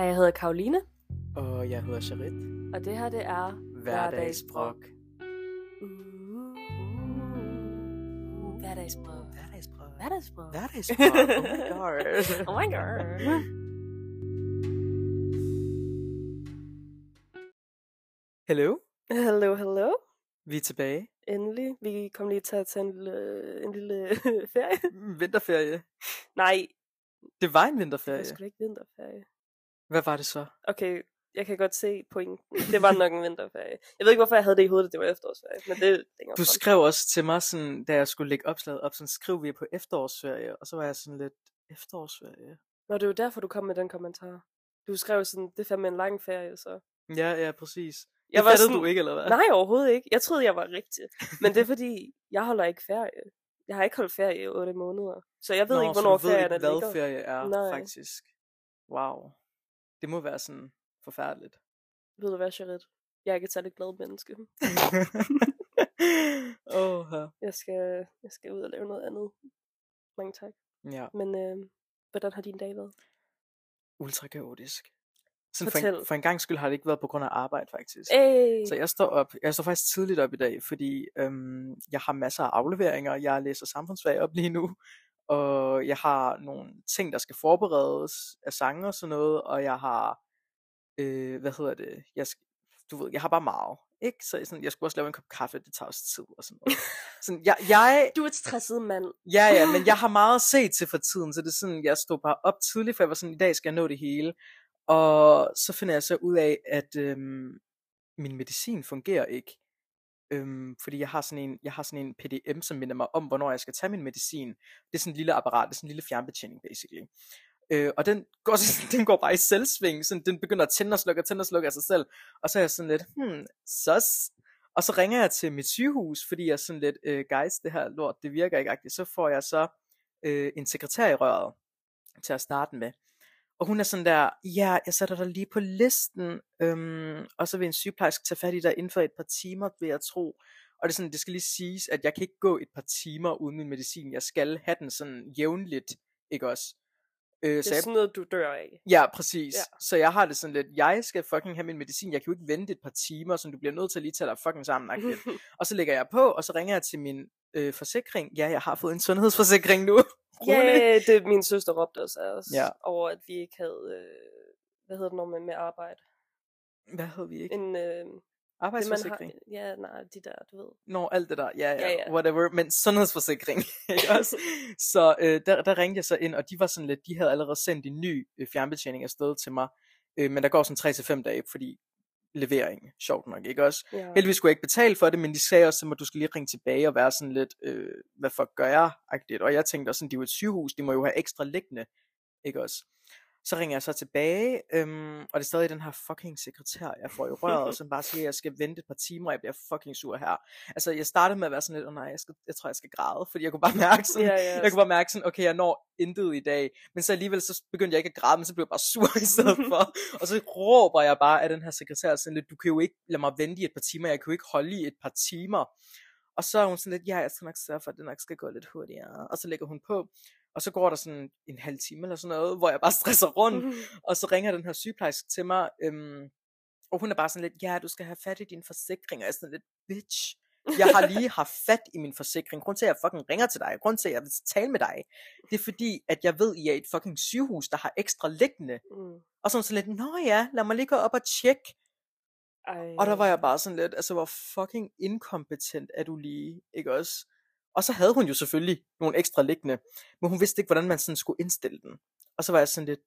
Jeg hedder Karoline, Og jeg hedder Charit. og det her det er Hverdagsbrok. Hverdagsbrok. Hverdagsbrok. Hverdagsbrok. Hverdagsbrok. Oh my god. Oh my god. Hello. Hello. Vi er tilbage. Endelig. Vi kom lige til at tage en lille ferie. Vinterferie. Nej, Det var en det vinterferie. var sgu da ikke vinterferie. Hvad var det så? Okay, jeg kan godt se pointen. Det var nok en vinterferie. Jeg ved ikke, hvorfor jeg havde det i hovedet, at det var efterårsferie, men det er længere Du frem. skrev også til mig, sådan, da jeg skulle lægge opslaget op, sådan skriv vi er på efterårsferie. Og så var jeg sådan lidt, efterårsferie? Nå, det er jo derfor, du kom med den kommentar. Du skrev sådan, det er fandme en lang ferie, så. Ja, præcis. Jeg Det var fattede sådan, du ikke, eller hvad? Nej, overhovedet ikke. Jeg troede, jeg var rigtig. Men det er fordi, jeg holder ikke ferie. Jeg har ikke holdt ferie i 8 måneder. Så jeg ved Nå, ikke, så hvornår du ved ferien ikke, ligger. hvad ferie er, Nej. faktisk. Wow. Det må være sådan forfærdeligt. Ved du hvad, Charit? Jeg er ikke et særligt glad menneske. Jeg skal ud og lave noget andet. Mange tak. Ja, Men hvordan har din dag været? ultra kaotisk. Sådan Fortæl. for en gang skyld har det ikke været på grund af arbejde, faktisk. Hey. Så jeg står faktisk tidligt op i dag, fordi jeg har masser af afleveringer. Jeg læser samfundsfag op lige nu, og jeg har nogle ting, der skal forberedes af sange og sådan noget, og jeg har, jeg har bare meget, ikke? Så sådan, jeg skulle også lave en kop kaffe, det tager også tid og sådan noget. Sådan, jeg Du er et stresset mand. Ja, men jeg har meget at se til for tiden, så det er sådan, jeg stod bare op tidligt, for jeg var sådan, i dag skal jeg nå det hele. Og så finder jeg så ud af, at min medicin fungerer ikke. Fordi jeg har sådan en PDM, som minder mig om, hvornår jeg skal tage min medicin. Det er sådan en lille apparat, det er sådan en lille fjernbetjening, basically. Og den går bare i selvsving, sådan, den begynder at tænde og slukke af sig selv. Og så er jeg sådan lidt, sus. Og så ringer jeg til mit sygehus, fordi jeg er sådan lidt, guys, det her lort, det virker ikke rigtigt. Så får jeg så en sekretær i røret til at starte med. Og hun er sådan der, ja, jeg sætter dig lige på listen, og så vil en sygeplejerske tage fat i dig inden for et par timer, vil jeg tro. Og det er sådan, det skal lige siges, at jeg kan ikke gå et par timer uden min medicin. Jeg skal have den sådan jævnligt, ikke også? Det er sådan noget, du dør af. Ja, præcis. Ja. Så jeg har det sådan lidt, jeg skal fucking have min medicin. Jeg kan jo ikke vente et par timer, så du bliver nødt til at lige tage dig fucking sammen. Og så lægger jeg på, og så ringer jeg til min forsikring. Ja, jeg har fået en sundhedsforsikring nu. Ja, det min søster råbte os af os, Ja. over at vi ikke havde, hvad hedder det når man med arbejde? Hvad havde vi ikke? En, Arbejdsforsikring? Det, man har, ja, nej, de der, du ved. Nå, alt det der, Ja. whatever, men sundhedsforsikring, ikke også? Så der ringte jeg så ind, og de var sådan lidt, de havde allerede sendt en ny fjernbetjening afsted til mig, men der går sådan 3-5 dage, fordi levering, sjovt nok, ikke også? Ja. Heldigvis skulle jeg ikke betale for det, men de sagde også, at du skal lige ringe tilbage og være sådan lidt, hvad fuck gør jeg? Og jeg tænkte også sådan, de er jo et sygehus, de må jo have ekstra liggende, ikke også? Så ringer jeg så tilbage, og det er stadig den her fucking sekretær, jeg får i røret, som bare siger, at jeg skal vente et par timer, og jeg bliver fucking sur her. Altså, jeg startede med at være sådan lidt, jeg tror, jeg skal græde, fordi jeg kunne bare mærke sådan, jeg kunne bare mærke sådan, okay, jeg når intet i dag. Men så alligevel, så begyndte jeg ikke at græde, men så blev jeg bare sur i stedet for. Og så råber jeg bare af den her sekretær sådan lidt, du kan jo ikke lade mig vente i et par timer, jeg kan jo ikke holde i et par timer. Og så er hun sådan lidt, ja, jeg skal nok sørge for, at det nok skal gå lidt hurtigere. Og så lægger hun på, og så går der sådan en halv time eller sådan noget, hvor jeg bare stresser rundt. Og så ringer den her sygeplejerske til mig, og hun er bare sådan lidt, ja, du skal have fat i din forsikring. Og jeg er sådan lidt, bitch, jeg har lige haft fat i min forsikring. Grunden til, at jeg fucking ringer til dig, grunden til, at jeg vil tale med dig, det er fordi, at jeg ved, at I er et fucking sygehus, der har ekstra liggende. Og så er hun sådan lidt, nå ja, lad mig lige gå op og tjekke. Og der var jeg bare sådan lidt, altså hvor fucking inkompetent er du lige, ikke også? Og så havde hun jo selvfølgelig nogle ekstra liggende, men hun vidste ikke, hvordan man sådan skulle indstille den. Og så var jeg sådan lidt,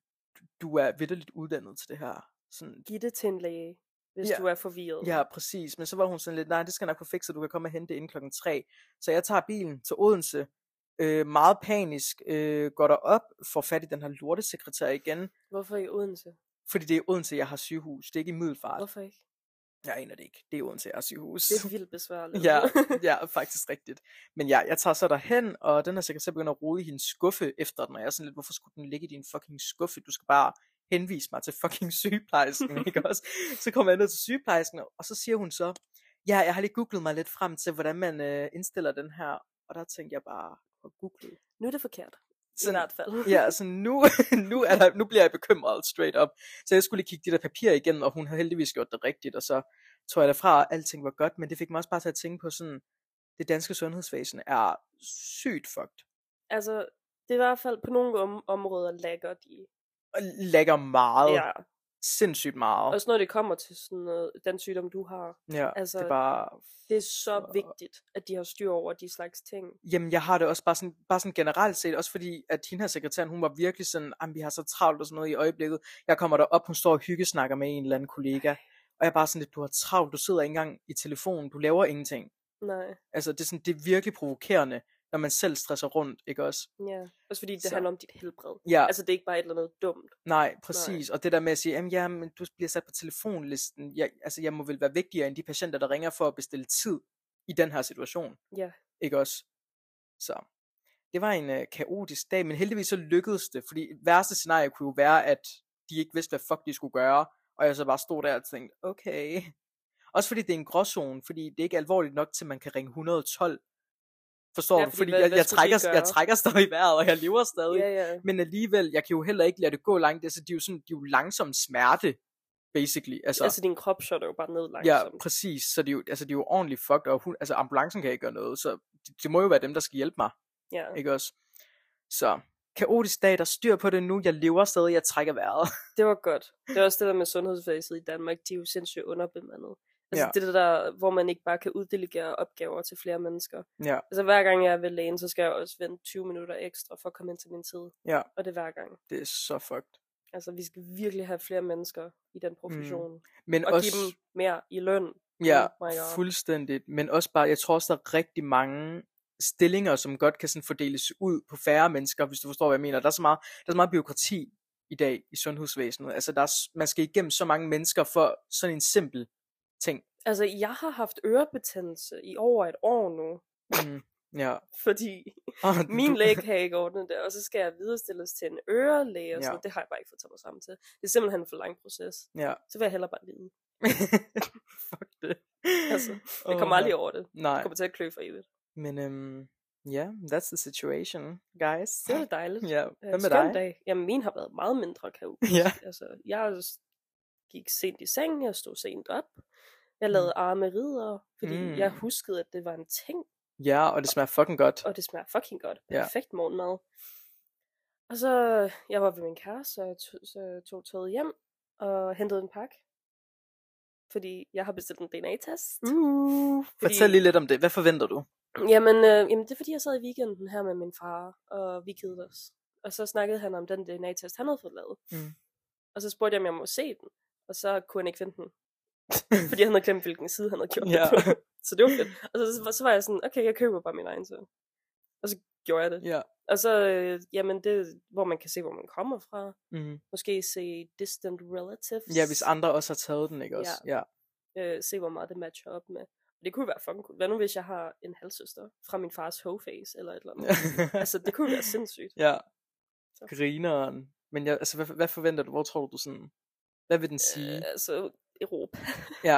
du er vitterligt uddannet til det her. Sådan, giv det til en læge, hvis du er forvirret. Ja, præcis. Men så var hun sådan lidt, nej, det skal nok få fikset, du kan komme og hente det inden 3:00. Så jeg tager bilen til Odense, meget panisk, går derop, får fat i den her lortesekretær igen. Hvorfor i Odense? Fordi det er Odense, jeg har sygehus, det er ikke i Middelfart. Hvorfor ikke? Jeg aner det ikke. Det er Odense, jeg har sygehus. Det er vildt besværligt. ja, faktisk rigtigt. Men ja, jeg tager så derhen, og den her sekretær begynder at rode i hendes skuffe efter den, og jeg er sådan lidt, hvorfor skulle den ligge i din fucking skuffe? Du skal bare henvise mig til fucking sygeplejersken, ikke også? Så kommer jeg ned til sygeplejersken, og så siger hun så, ja, jeg har lige googlet mig lidt frem til, hvordan man indstiller den her, og der tænkte jeg bare, at google. Nu er det forkert. I hvert fald. Ja, så nu bliver jeg bekymret straight up. Så jeg skulle lige kigge de der papirer igennem, og hun havde heldigvis gjort det rigtigt, og så tog jeg derfra, og alting var godt, men det fik mig også bare til at tænke på sådan, det danske sundhedsvæsen er sygt fucked. Altså, det er i hvert fald på nogle områder lækker de. Og lægger meget. Ja. Sindssygt meget. Også når det kommer til sådan noget, den sygdom, du har. Ja, altså, det er bare... Det er så vigtigt, at de har styr over de slags ting. Jamen, jeg har det også bare sådan generelt set, også fordi, at hende her sekretæren, hun var virkelig sådan, vi har så travlt og sådan noget i øjeblikket. Jeg kommer derop, hun står og hyggesnakker med en eller anden kollega, og jeg er bare sådan lidt, du har travlt, du sidder ikke engang i telefonen, du laver ingenting. Nej. Altså, det er virkelig provokerende, når man selv stresser rundt, ikke også? Ja, også fordi det handler om dit helbred. Ja. Altså, det er ikke bare et eller andet dumt. Nej, præcis. Nej. Og det der med at sige, jamen, du bliver sat på telefonlisten. Jeg må vel være vigtigere end de patienter, der ringer for at bestille tid i den her situation. Ja. Ikke også? Så det var en kaotisk dag, men heldigvis så lykkedes det, fordi værste scenarie kunne jo være, at de ikke vidste, hvad fuck de skulle gøre, og jeg så bare stod der og tænkte, okay. Også fordi det er en gråzone, fordi det er ikke alvorligt nok til, man kan ringe 112. Forstår du? Fordi jeg trækker stadig i vejret, og jeg lever stadig. Ja. Men alligevel, jeg kan jo heller ikke lade det gå langt. Altså, de er jo langsom smerte, basically. Altså din krop shot er jo bare ned langsomt. Ja, præcis. Så de er jo ordentligt fucked, og ambulancen kan ikke gøre noget, så det må jo være dem, der skal hjælpe mig. Ja. Ikke også? Så kaotisk dag, der styr på det nu. Jeg lever stadig, jeg trækker vejret. Det var godt. Det er også det der med sundhedsvæsenet i Danmark. De er jo sindssygt underbemandet. Altså det der, hvor man ikke bare kan uddelegere opgaver til flere mennesker. Ja. Altså hver gang jeg er ved lægen, så skal jeg også vente 20 minutter ekstra for at komme ind til min tid. Ja. Og det er hver gang. Det er så fucked. Altså vi skal virkelig have flere mennesker i den profession. Men og også give dem mere i løn. Ja, fuldstændigt. Men også bare, jeg tror også, der er rigtig mange stillinger, som godt kan sådan fordeles ud på færre mennesker, hvis du forstår, hvad jeg mener. Der er så meget bureaukrati i dag i sundhedsvæsenet. Altså man skal igennem så mange mennesker for sådan en simpel ting. Altså jeg har haft ørebetændelse i over et år nu. Ja. Fordi min læge kan ikke ordne det, og så skal jeg viderestilles til en ørelæge, og sådan det har jeg bare ikke fået taget mig sammen til. Det er simpelthen en for lang proces. Ja. Så vil jeg hellere bare lide. Fuck det. Altså, jeg kommer aldrig over det. Nej. Jeg kommer til at klø for evigt. Men that's the situation, guys. Det var dejligt. Ja, hvad med dig? Dag. Jamen, min har været meget mindre kaotisk. Ja. Altså, jeg gik sent i seng, jeg stod sent op. Jeg lavede arme ridder, fordi jeg huskede, at det var en ting. Ja, og det smager fucking godt. Og det smager fucking godt. Perfekt morgenmad. Og så, jeg var ved min kæreste, så jeg tog toget hjem og hentede en pakke. Fordi jeg har bestilt en DNA-test. Fortæl lige lidt om det. Hvad forventer du? Jamen, det er fordi, jeg sad i weekenden her med min far, og vi kedede os. Og så snakkede han om den DNA-test, han havde fået lavet. Og så spurgte jeg, om jeg må se den. Og så kunne han ikke finde den. Fordi han havde glemt, hvilken side han havde gjort det på. Så det var fedt. Og så var jeg sådan, okay, jeg køber bare min egen så. Og så gjorde jeg det. Ja. Og så, jamen det hvor man kan se, hvor man kommer fra. Måske se distant relatives. Ja, hvis andre også har taget den, ikke også? Ja. Se, hvor meget det matcher op med. Det kunne være fucking cool. Hvad nu, hvis jeg har en halvsøster fra min fars hoe-face, eller et eller andet. Altså, det kunne være sindssygt. Ja. Så. Grineren. Men hvad forventer du? Hvor tror du sådan? Hvad vil den sige? Altså, Europa. Ja.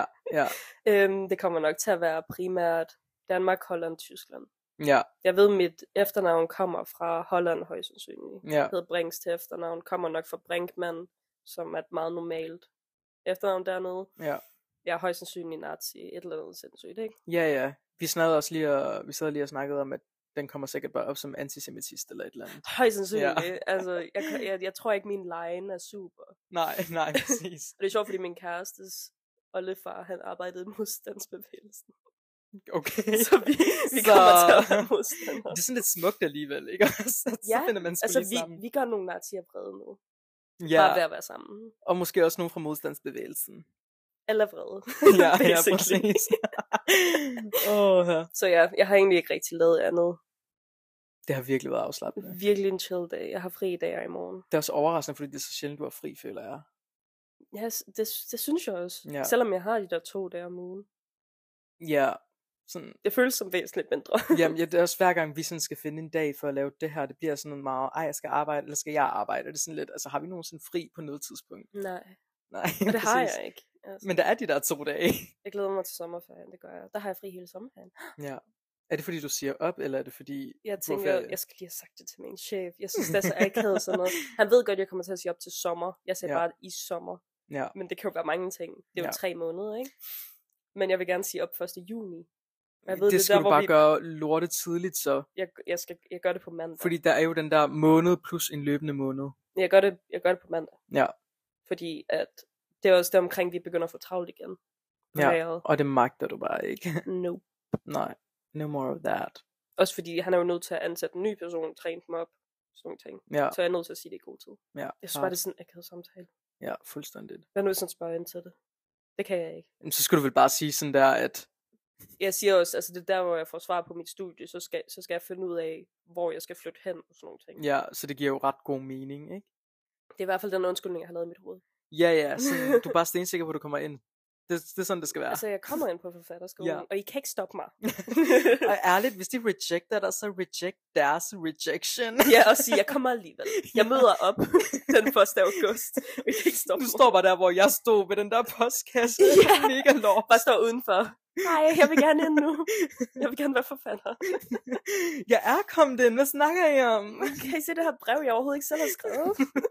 Det kommer nok til at være primært Danmark, Holland, Tyskland. Ja. Jeg ved, mit efternavn kommer fra Holland højst sandsynligt. Ja. Hedder Brinks til efternavn. Kommer nok fra Brinkmann, som er et meget normalt efternavn dernede. Ja. Jeg er højst sandsynligt nazi, et eller andet sindssygt, ikke? Ja. Vi sad lige og snakkede om, at den kommer sikkert bare op som antisemitist eller et eller andet. Højst sandsynligt. Ja. Altså, jeg tror ikke, min line er super. Nej, præcis. Og det er sjovt, fordi min kærestes oldefar, han arbejdede i modstandsbevægelsen. Okay. Så vi kommer til at være modstandere. Det er sådan lidt smukt alligevel, ikke? Så finder man sgu lige sammen. Vi gør nogle nazier vrede nu. Ja. Bare ved at være sammen. Og måske også nogen fra modstandsbevægelsen. Eller vrede. Ja, præcis. Så jeg har egentlig ikke rigtig lavet andet. Det har virkelig været afslappende. Virkelig en chill dag. Jeg har fri dager i morgen. Det er også overraskende, fordi det er så sjældent, du har fri, føler jeg. Ja, det synes jeg også. Ja. Selvom jeg har de der 2 dage om ugen. Ja. Sådan, det føles som væsentligt mindre. Jamen, det er også hver gang vi sådan skal finde en dag for at lave det her, det bliver sådan noget meget, jeg skal arbejde, eller skal jeg arbejde? Og det er sådan lidt, altså har vi nogensinde fri på noget tidspunkt? Nej. Og det har jeg ikke. Altså. Men der er de der 2 dage. Jeg glæder mig til sommerferien, det gør jeg. Der har jeg fri hele sommerferien. Ja. Er det fordi, du siger op, eller er det fordi, Jeg du tænker, jeg skal lige have sagt det til min chef. Jeg synes, det er så akavet sådan noget. Han ved godt, jeg kommer til at sige op til sommer. Jeg siger bare i sommer. Ja. Men det kan jo være mange ting. Det er jo 3 måneder, ikke? Men jeg vil gerne sige op 1. juni. Jeg ved, det skal du bare gøre lortet tidligt, så. Jeg gør det på mandag. Fordi der er jo den der måned plus en løbende måned. Jeg gør det på mandag. Ja. Fordi at det er også der omkring, vi begynder at få travlt igen. Ja, og det magter du bare ikke. Nope. Nej, no more of that. Også fordi han er jo nødt til at ansætte en ny person, træne dem op, sådan nogle ting. Ja. Så jeg er nødt til at sige det i god tid. Ja, jeg synes bare, det er sådan en akavet samtale. Ja, fuldstændigt. Jeg er nødt til at spørge ind til det. Det kan jeg ikke. Så skal du vel bare sige sådan der, at... Jeg siger også, altså det er der, hvor jeg får svar på mit studie, så skal jeg finde ud af, hvor jeg skal flytte hen og sådan nogle ting. Ja, så det giver jo ret god mening, ikke? Det er i hvert fald den undskyldning, jeg har lavet i mit hoved. Ja, så du er bare stensikker på, at du kommer ind. Det er sådan, det skal være. Altså, jeg kommer ind på forfatterskolen, og I kan ikke stoppe mig. Og ærligt, hvis de rejecter dig, så reject deres rejection. Ja, og sige, jeg kommer alligevel. Jeg møder op den 1. august. I kan ikke stoppe mig. Du står bare der, hvor jeg stod ved den der postkasse. Ja, mega lort. Bare står udenfor. Nej, jeg vil gerne ind nu. Jeg vil gerne være forfatter. Jeg er kommet ind. Hvad snakker I om? Kan I se det her brev, jeg overhovedet ikke selv har skrevet?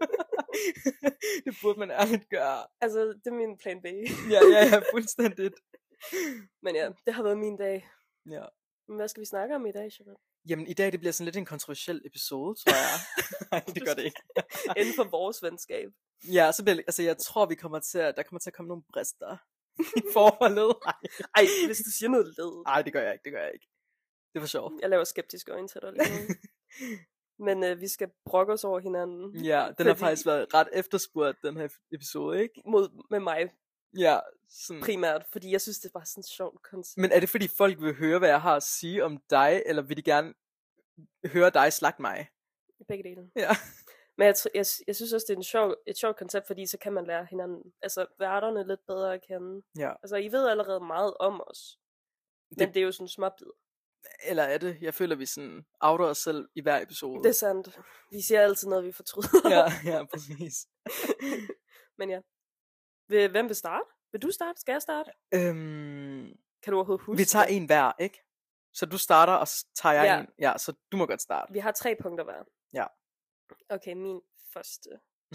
Det burde man ærligt gøre. Altså, det er min plan B. ja, fuldstændigt. Men ja, det har været min dag. Ja. Men hvad skal vi snakke om i dag, Charlotte? Jamen, i dag det bliver sådan lidt en kontroversiel episode, tror jeg. Nej, det gør det ikke. Inden for vores venskab. Ja, så bliver, altså jeg tror, der kommer til at komme nogle brister i forholdet. Ej, hvis du siger noget led. Nej, det gør jeg ikke. Det var sjovt. Jeg laver skeptisk øjne til dig lige nu. Men vi skal brokke os over hinanden. Ja, den har faktisk været ret efterspurgt, den her episode, ikke? Med mig. Ja, sådan. Primært, fordi jeg synes, det er bare sådan et sjovt koncept. Men er det fordi folk vil høre, hvad jeg har at sige om dig, eller vil de gerne høre dig slagte mig? Begge dele. Ja. Men jeg synes også, det er et sjovt koncept, fordi så kan man lære hinanden, altså værterne lidt bedre at kende. Ja. Altså, I ved allerede meget om os. Men det er jo sådan småbid. Eller er det? Jeg føler, vi sådan outer os selv i hver episode. Det er sandt. Vi siger altid noget, vi fortryder. ja, præcis. Men ja. Hvem vil starte? Vil du starte? Skal jeg starte? Kan du overhovedet huske? Vi tager en hver, ikke? Så du starter, og så tager jeg en. Ja, så du må godt starte. Vi har 3 punkter hver. Ja. Okay, min første.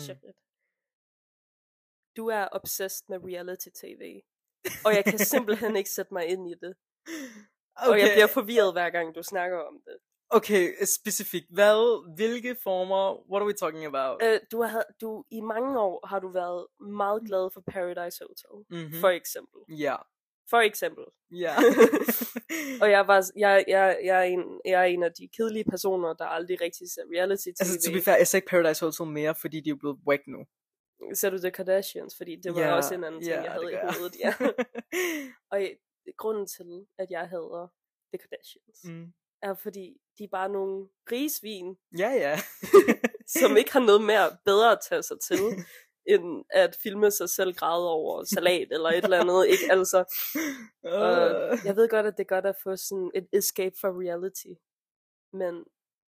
Du er obsessed med reality-tv. Og jeg kan simpelthen ikke sætte mig ind i det. Okay. Og jeg bliver forvirret hver gang du snakker om det. Okay, specifikt. Hvilke former? What are we talking about? Du i mange år har du været meget glad for Paradise Hotel. Mm-hmm. For eksempel. Ja. For eksempel. Ja. Og jeg er en af de kedelige personer, der aldrig rigtig ser reality-tv. Altså, to be fair, jeg ser ikke Paradise Hotel mere, fordi de er blevet whack nu. Ser du The Kardashians? Fordi det var også en anden ting, jeg havde i hovedet. Ja. Og grunden til, at jeg hader The Kardashians, er fordi de er bare nogle rigsvin, som ikke har noget mere bedre at tage sig til, end at filme sig selv græde over salat eller et eller andet, ikke? Altså, jeg ved godt, at det er godt at få sådan et escape fra reality, men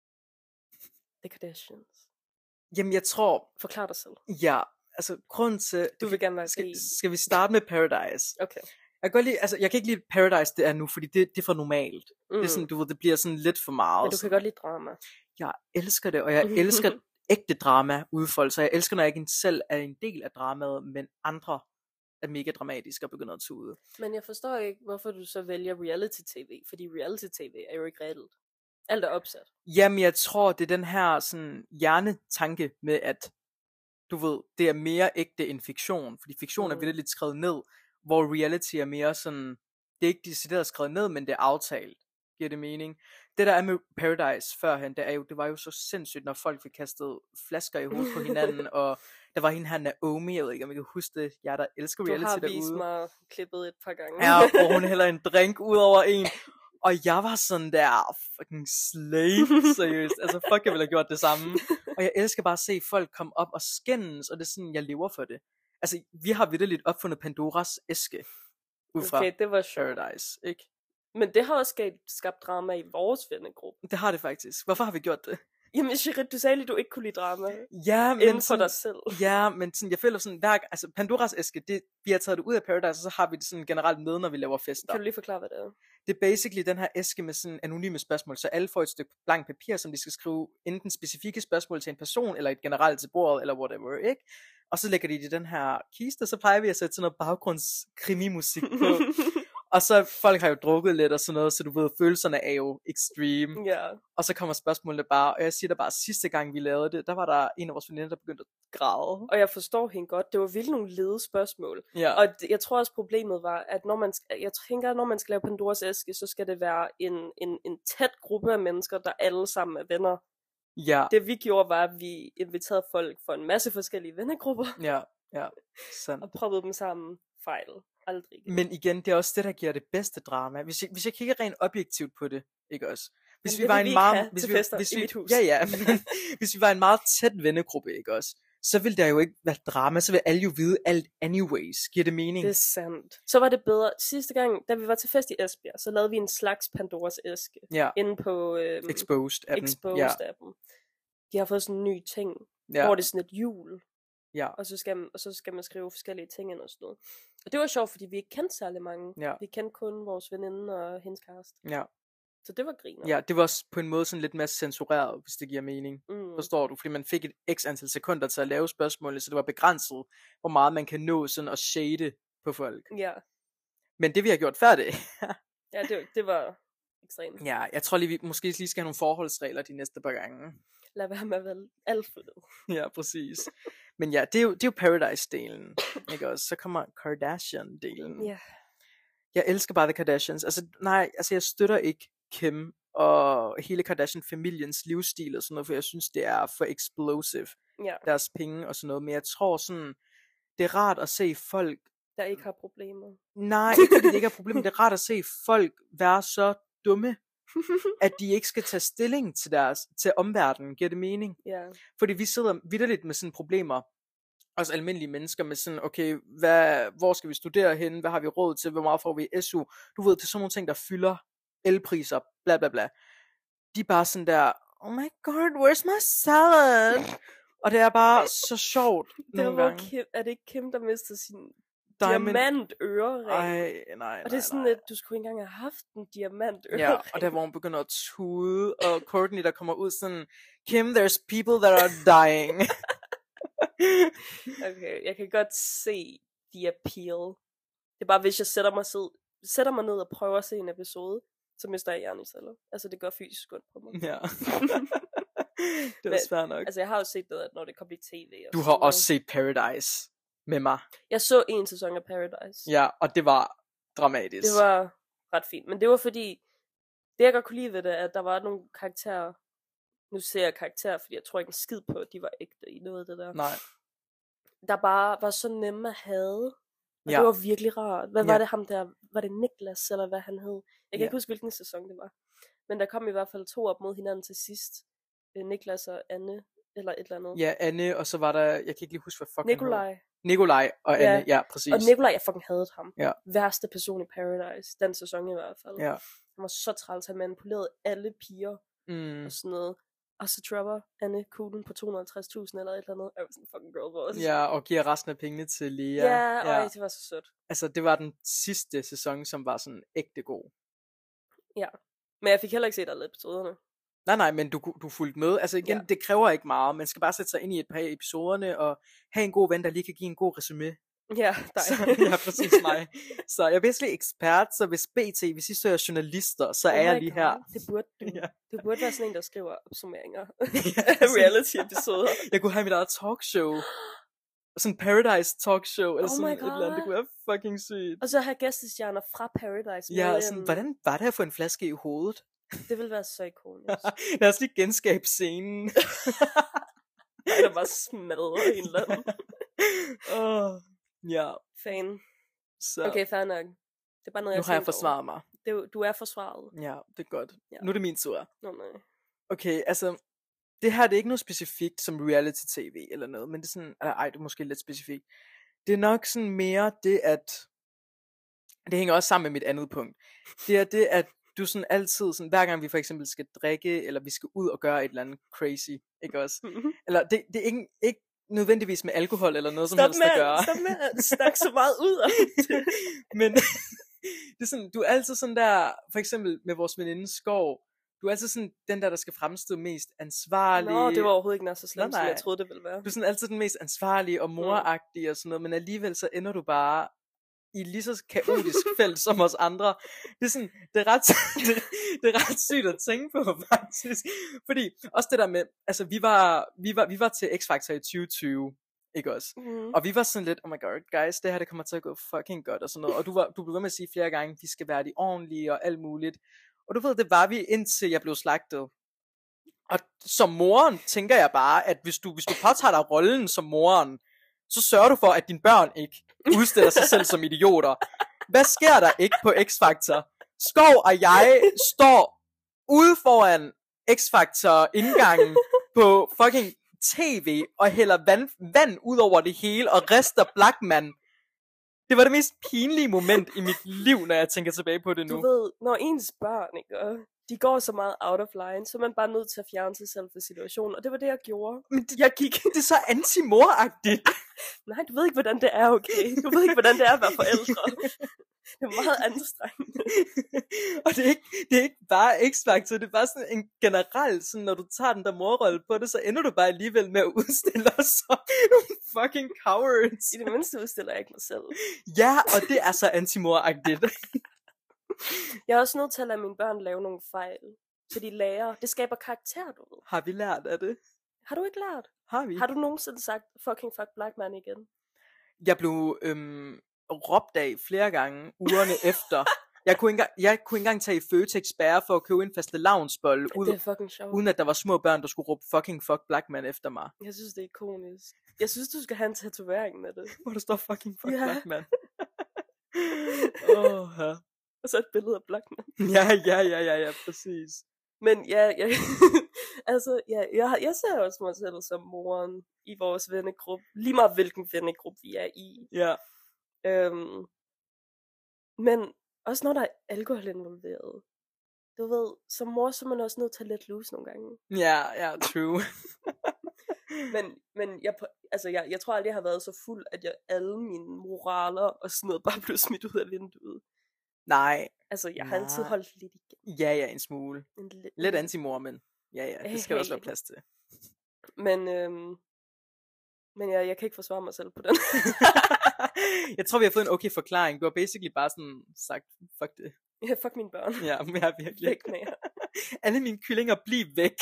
The Kardashians. Jamen, jeg tror... Forklar dig selv. Ja, altså, grunden til... Du vil gerne være skal vi starte med Paradise? Okay. Jeg kan ikke lide Paradise, det er nu, fordi det er for normalt. Det er sådan, du ved, det bliver sådan lidt for meget. Men du kan godt lide drama. Jeg elsker det, og jeg elsker ægte drama udfolde, så jeg elsker, når jeg ikke selv er en del af dramaet, men andre er mega dramatiske og begynder at tude. Men jeg forstår ikke, hvorfor du så vælger reality-tv, fordi reality-tv er jo ikke reelt. Alt er opsat. Jamen, jeg tror, det er den her sådan hjernetanke med, at du ved, det er mere ægte end fiktion, fordi fiktion er virkelig lidt skrevet ned, hvor reality er mere sådan, det er ikke decideret skrevet ned, men det er aftalt. Giver det mening? Det der er med Paradise førhen, det var jo så sindssygt, når folk fik kastet flasker i hovedet på hinanden, og der var hende her Naomi, jeg ved ikke, om I kan huske det, jeg der elsker reality derude. Du har vist mig klippet et par gange. Ja, hvor hun hælder en drink ud over en, og jeg var sådan der, fucking slave, seriøst, altså fuck, jeg ville have gjort det samme, og jeg elsker bare at se folk komme op og skændes, og det er sådan, jeg lever for det. Altså, vi har vitterligt opfundet Pandoras æske, ud fra det var Paradise, ikke? Men det har også skabt drama i vores vennegruppe. Det har det faktisk. Hvorfor har vi gjort det? Jamen, Shirit, du sagde lige, du ikke kunne lide drama. Ja, men inden for dig selv. Ja, men sådan, jeg føler sådan, altså Pandoras æske, vi har taget det ud af Paradise, og så har vi det sådan generelt med, når vi laver fester. Kan du lige forklare, hvad det er? Det er basically den her æske med sådan anonyme spørgsmål, så alle får et stykke blankt papir, som de skal skrive enten specifikke spørgsmål til en person, eller et generelt til bordet, eller whatever, ikke? Og så lægger de det i den her kiste, og så plejer vi at sætte sådan noget baggrundskrimimusik på. Og så folk har jo drukket lidt og sådan noget, så du ved, følelserne er jo extreme. Ja. Og så kommer spørgsmålene bare, og jeg siger da bare, sidste gang vi lavede det, der var der en af vores veninder, der begyndte at græde. Og jeg forstår hende godt, det var virkelig nogle lede spørgsmål. Ja. Og jeg tror også problemet var, at når man skal lave Pandoras æske, så skal det være en tæt gruppe af mennesker, der alle sammen er venner. Ja. Det vi gjorde var, at vi inviterede folk fra en masse forskellige vennegrupper. Ja, sandt. Og proppede dem sammen. Fejl. Aldrig. Men igen, det er også det, der giver det bedste drama. Hvis jeg kigger rent objektivt på det, ikke også? Hvis vi var en meget, hvis vi var en meget tæt vennegruppe, ikke også? Så ville der jo ikke være drama, så ville alle jo vide alt anyways. Giver det mening? Det er sandt. Så var det bedre. Sidste gang, da vi var til fest i Esbjerg, så lavede vi en slags Pandoras æske. Ja. Inde på Exposed-appen. De har fået sådan en ny ting, hvor det er sådan et hjul. Ja. Og så skal man skrive forskellige ting ind og sådan noget. Og det var sjovt, fordi vi ikke kendte særlig mange. Ja. Vi kendte kun vores veninde og hendes kæreste. Ja. Så det var griner. Ja, det var også på en måde sådan lidt mere censureret, hvis det giver mening. Forstår du? Fordi man fik et x antal sekunder til at lave spørgsmålene, så det var begrænset, hvor meget man kan nå sådan at shade på folk. Ja. Men det vi har gjort færdigt. Ja, det var ekstremt. Ja, jeg tror lige, vi måske lige skal have nogle forholdsregler de næste par gange. Lad være med at være alt for det. Ja, præcis. Men ja, det er jo Paradise-delen, ikke også? Så kommer Kardashian-delen. Ja. Jeg elsker bare The Kardashians. Altså jeg støtter ikke Kim og hele Kardashian-familiens livsstil og sådan noget, for jeg synes, det er for explosive. Ja. Deres penge og sådan noget. Men jeg tror sådan, det er rart at se folk... Der ikke har problemer. Nej, ikke fordi det ikke har problemer. Det er rart at se folk være så dumme, at de ikke skal tage stilling til omverdenen. Giver det mening? Ja. Fordi vi sidder vitterligt med sådan problemer, også almindelige mennesker med sådan, okay, hvor skal vi studere henne? Hvad har vi råd til? Hvor meget får vi i SU? Du ved, det er sådan nogle ting, der fylder elpriser, bla bla bla. De er bare sådan der, oh my god, where's my salad? Og det er bare så sjovt nogle gange. Kim, er det ikke Kim, der mister sin diamantørering? Nej. Og det er sådan, at du skulle ikke engang have haft en diamantørering. Ja, og der hvor hun begynder at tude, og Courtney, der kommer ud sådan, Kim, there's people that are dying. Okay, jeg kan godt se the appeal. Det er bare, hvis jeg sætter mig ned og prøver at se en episode, så mister jeg hjerneceller. Altså, det gør fysisk ondt på mig. Ja. Det er svært nok. Altså, jeg har jo set det, at når det kommer i tv. Du har også set Paradise med mig. Jeg så en sæson af Paradise. Ja, og det var dramatisk. Det var ret fint. Men det var fordi, det jeg godt kunne lide ved det, at der var nogle karakterer. Nu ser jeg karakterer, fordi jeg tror ikke en skid på, at de var ægte i noget af det der. Nej. Der bare var så nemme at have. Og det var virkelig rart. Hvad var det ham der? Var det Niklas, eller hvad han hed? Jeg kan ikke huske, hvilken sæson det var. Men der kom i hvert fald 2 op mod hinanden til sidst. Niklas og Anne, eller et eller andet. Ja, Anne, og så var der, jeg kan ikke lige huske, hvad fucking Nikolaj og Anne, ja, præcis. Og Nikolaj, jeg fucking hadede ham. Ja. Værste person i Paradise, den sæson i hvert fald. Ja. Han var så træls, han manipulerede alle piger, og sådan noget. Og så dropper Anne kuglen på 250.000 eller et eller andet. Jeg var sådan fucking girl boss. Ja, og giver resten af pengene til Lea. Ja, det var så sødt. Altså, det var den sidste sæson, som var sådan ægte god. Ja, men jeg fik heller ikke set alle episoderne. Nej, men du fulgte med. Altså igen, det kræver ikke meget. Man skal bare sætte sig ind i et par af episoderne, og have en god ven, der lige kan give en god resume. Ja, ja, præcis mig. Så jeg er basically ekspert, så hvis hvis I søger journalister, så er jeg lige her. Det burde du. Ja. Du burde være sådan en, der skriver opsummeringer af reality-episoder. Jeg kunne have mit eget talkshow. Sådan Paradise talkshow, eller sådan et eller andet. Det kunne være fucking sygt. Og så have gæstestjerner fra Paradise. Ja, sådan, hvordan var det at få en flaske i hovedet? Det ville være så ikonisk. Lad os lige genskabe scenen. Der bare smadrer en eller anden. Ja. Fan. Så. Okay, fair nok. Det er bare noget, nu har jeg forsvaret mig. Du er forsvaret. Ja, det er godt. Ja. Nu er det min tur. Nej. Okay, altså, det her det er ikke noget specifikt som reality-tv eller noget, men det er sådan, det er måske lidt specifikt. Det er nok sådan mere det, at, det hænger også sammen med mit andet punkt. Det er det, at du sådan altid, sådan, hver gang vi for eksempel skal drikke, eller vi skal ud og gøre et eller andet crazy, ikke også? Eller det er ikke nødvendigvis med alkohol eller noget som helst at gøre. Stop med at snakke så meget ud om det. Det er sådan, du er altid sådan der, for eksempel med vores veninde Skov, du er altid sådan den der skal fremstå mest ansvarlig. Nå, det var overhovedet ikke så slemt, som jeg troede, det ville være. Du er sådan altid den mest ansvarlige og moragtige og sådan noget, men alligevel så ender du bare i lige så kaotisk felt som os andre. Det er sådan, det er ret sygt at tænke på, faktisk. Fordi, også det der med, altså vi var til X-Factor i 2020, ikke også? Og vi var sådan lidt, oh my god, guys, det her, det kommer til at gå fucking godt og sådan noget. Og du blev ved med at sige flere gange, vi skal være de ordentlige og alt muligt. Og du ved, det var vi, indtil jeg blev slagtet. Og som moren, tænker jeg bare, at hvis du påtager dig rollen som moren, så sørger du for, at dine børn ikke udstiller sig selv som idioter. Hvad sker der ikke på X-Factor? Skov og jeg står ude foran X-Factor indgangen på fucking tv og hælder vand ud over det hele og rister Blachman. Det var det mest pinlige moment i mit liv, når jeg tænker tilbage på det nu. Du ved, når ens børn, ikke, de går så meget out of line, så er man bare nødt til at fjerne sig selv fra situationen. Og det var det, jeg gjorde. Men det er så anti-moragtigt. Nej, du ved ikke, hvordan det er, okay? Du ved ikke, hvordan det er at være forældre. Det er meget anstrengende. Og det er ikke bare X-Factor, det er bare sådan en generelt, sådan, når du tager den der morrolle på det, så ender du bare alligevel med at udstille os som fucking cowards. I det mindste udstiller jeg ikke mig selv. Ja, og det er så anti-moragtigt. Jeg er også nødt til at lade mine børn lave nogle fejl, så de lærer. Det skaber karakter, du ved. Har vi lært af det? Har du ikke lært? Har vi? Har du nogensinde sagt, fucking fuck Blachman igen? Jeg blev råbt af flere gange ugerne efter. Jeg kunne ikke engang tage i Føtex Spærre for at købe en fastelavnsbolle, Det er fucking sjovt. uden at der var små børn, der skulle råbe fucking fuck Blachman efter mig. Jeg synes, det er ikonisk. Jeg synes, du skal have en tatovering med det. Hvor der står fucking fuck Blachman. Ja. Og så et billede af Blachman. Ja, præcis. Men ja, altså, ja, jeg ser også mig selv som moren i vores vennegruppe. Lige meget hvilken vennegruppe vi er i. Ja. Men også når der er alkohol involveret. Du ved, som mor, så er man også nødt til at let loose nogle gange. Ja, true. men jeg tror aldrig, jeg har været så fuld, at alle mine moraler og sådan noget bare blev smidt ud af vinduet. Nej. Altså, jeg har altid holdt lidt igen. Ja, en smule. Lidt anti-mor, men ja, det skal der også være plads til. Men jeg kan ikke forsvare mig selv på den. Jeg tror, vi har fået en okay forklaring. Du har basically bare sådan sagt, fuck det. Ja, fuck mine børn. Ja, men jeg er virkelig. Væk med jer. Alle mine kyllinger, bliv væk.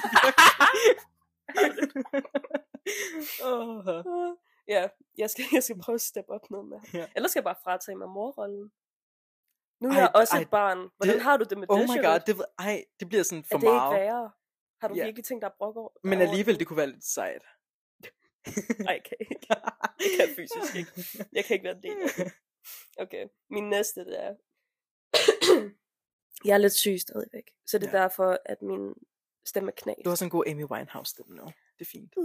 Ja, jeg skal prøve at steppe op noget med. Ja. Ellers skal jeg bare fratage mig morrollen. Nu er jeg også et barn. Hvordan har du det med det? Oh my god, det bliver sådan for meget. Er det ikke værre? Har du virkelig tænkt dig at brokke over? Men alligevel, det kunne være lidt sejt. Nej, jeg kan ikke. Jeg kan fysisk ikke. Jeg kan ikke være en del af det. Okay, min næste, det er... Jeg er lidt syg stadigvæk. Så det er derfor, at min stemme knæs. Du har sådan en god Amy Winehouse stemme nu. Det er fint.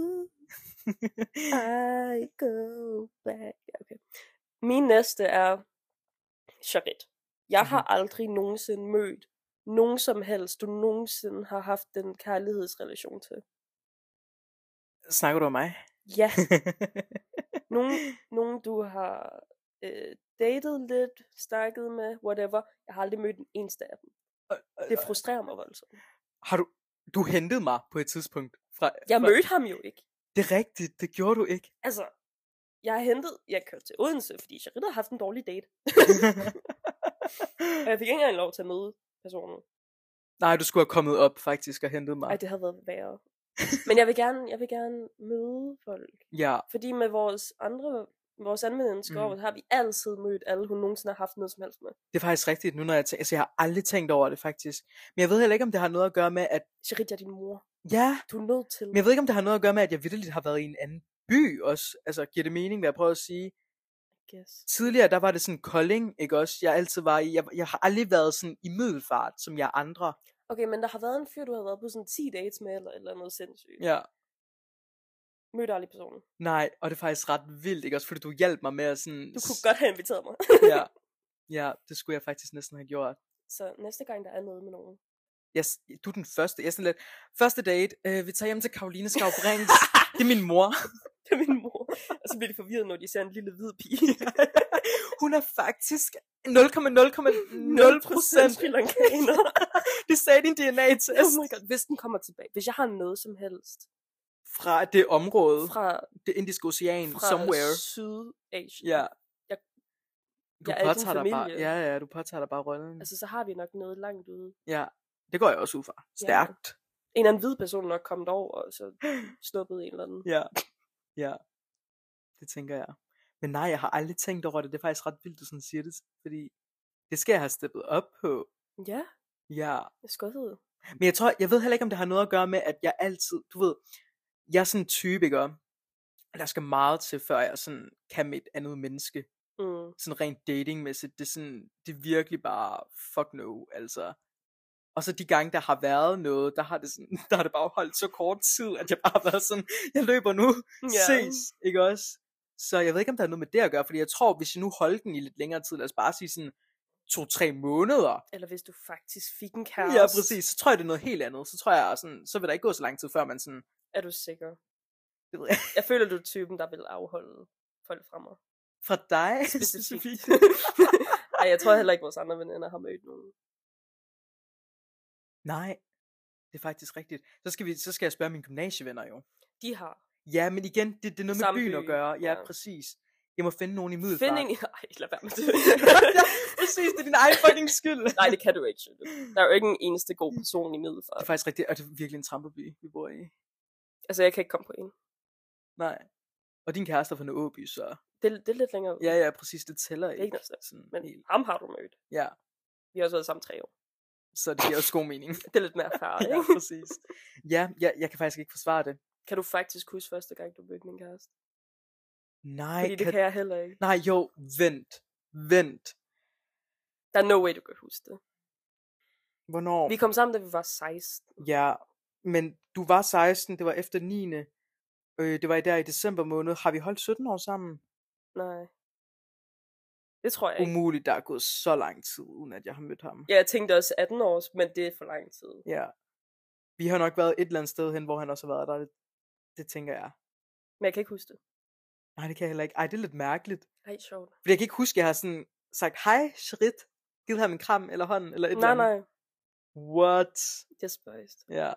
I go back. Okay. Min næste er Charit. Jeg har aldrig nogensinde mødt nogen som helst, du nogensinde har haft den kærlighedsrelation til. Snakker du om mig? Ja. nogen du har datet lidt, snakket med, whatever. Jeg har aldrig mødt en eneste af dem. Det frustrerer mig voldsomt. Har du hentede mig på et tidspunkt? Jeg mødte ham jo ikke. Det er rigtigt, det gjorde du ikke. Altså, jeg kørte til Odense, fordi Charit havde haft en dårlig date. Og jeg fik ikke engang lov til at møde personen. Nej, du skulle have kommet op faktisk og hentet mig. Nej, det havde været værre. Men jeg vil gerne møde folk. Ja. Fordi med vores anvendenskab, har vi altid mødt alle, hun nogensinde har haft noget som helst med. Det er faktisk rigtigt, nu når jeg tænker, altså jeg har aldrig tænkt over det faktisk. Men jeg ved heller ikke, om det har noget at gøre med, at... Charit, jeg er din mor. Ja. Du er nødt til. Men jeg ved ikke, om det har noget at gøre med, at jeg vitterligt har været i en anden by også. Altså, giver det mening, hvad jeg prøver at sige? Yes. Tidligere, der var det sådan Kolding, ikke også? Jeg altid var i, jeg har aldrig været sådan i Middelfart, som jeg andre. Okay, men der har været en fyr, du har været på sådan 10 dates med, eller noget sindssygt. Ja. Mødte aldrig personen. Nej, og det er faktisk ret vildt, ikke også? Fordi du hjalp mig med at sådan... Du kunne godt have inviteret mig. Ja, det skulle jeg faktisk næsten have gjort. Så næste gang, der er noget med nogen. Yes, du er den første. Jeg er sådan lidt... Første date, vi tager hjem til Karoline Skaubrings. Det er min mor. Det er min mor. Og så bliver de forvirret, når de ser en lille hvid pige. hun er faktisk 0,0,0% Sri Lankaner. Det sagde din DNA-test. Oh my god, hvis den kommer tilbage. Hvis jeg har noget som helst. Fra det område. Fra det indiske ocean. Fra somewhere. Sydasien. Ja. Du jeg er din familie. Bare, ja, du påtager dig bare rollen. Altså, så har vi nok noget langt ude. Ja, det går jeg også ud fra. Stærkt. Ja. En eller anden hvid person nok kommet over, og så snuppet en eller anden. Ja. Det tænker jeg. Men nej, jeg har aldrig tænkt over det. Det er faktisk ret vildt, du sådan siger det. Fordi det skal jeg have steppet op på. Ja. Ja. Jeg er skuffet. Men jeg ved heller ikke, om det har noget at gøre med, at jeg altid, du ved, jeg er sådan en type, ikke? Der skal meget til, før jeg sådan kan med et andet menneske. Sådan rent datingmæssigt. Det er virkelig bare fuck no, altså. Og så de gange, der har været noget, der har det bare holdt så kort tid, at jeg bare har været sådan, jeg løber nu, ses, ikke også? Så jeg ved ikke, om der er noget med det at gøre, fordi jeg tror, hvis jeg nu holdt den i lidt længere tid, lad os bare sige sådan 2-3 måneder. Eller hvis du faktisk fik en kæreste. Ja, præcis. Så tror jeg, det er noget helt andet. Så tror jeg sådan, så vil der ikke gå så lang tid, før man sådan... Er du sikker? Det ved jeg. Jeg føler, du er typen, der vil afholde folk fra mig. Fra dig? Specifikt. Ej, jeg tror heller ikke, vores andre veninder har mødt nogen. Nej, det er faktisk rigtigt. Så skal jeg spørge mine gymnasievenner jo. De har. Ja, men igen, det er noget Samme med byen at gøre. Ja, ja, præcis. Jeg må finde nogen i Middelfart. Ej, lad være med det. Ja, præcis, det er din egen fucking skyld. Nej, det kan du ikke. Der er jo ikke en eneste god person i Middelfart. Det er faktisk rigtigt, og det er virkelig en tramperby, vi bor i. Altså, jeg kan ikke komme på en. Nej. Og din kæreste er fra Åby, så... Det er lidt længere ud. Ja, præcis, det tæller ikke. Det er ikke noget sådan men helt. ham har du mødt. Ja. Vi har også været sammen 3 år. Så det giver også god mening. Det er lidt mere fair, ikke? Ja, præcis. Ja, jeg kan faktisk ikke forsvare det. Kan du faktisk huske første gang, du mødte min kæreste? Nej. Fordi det kan jeg heller ikke. Nej, jo, vent. Der er no way, du kan huske det. Hvornår? Vi kom sammen, da vi var 16. Ja, men du var 16, det var efter 9. Det var der i december måned. Har vi holdt 17 år sammen? Nej. Det tror jeg ikke. Umuligt, der er gået så lang tid, uden at jeg har mødt ham. Ja, jeg tænkte også 18 år, men det er for lang tid. Ja. Vi har nok været et eller andet sted hen, hvor han også har været der. Det tænker jeg. Men jeg kan ikke huske det. Nej, det kan jeg heller ikke. Ej, det er lidt mærkeligt. Ej, sjovt. Fordi jeg kan ikke huske, at jeg har sådan sagt, hej, Sherit. Givet ham en kram eller hånd eller et eller andet. Nej. What? Det er spøjst. Ja.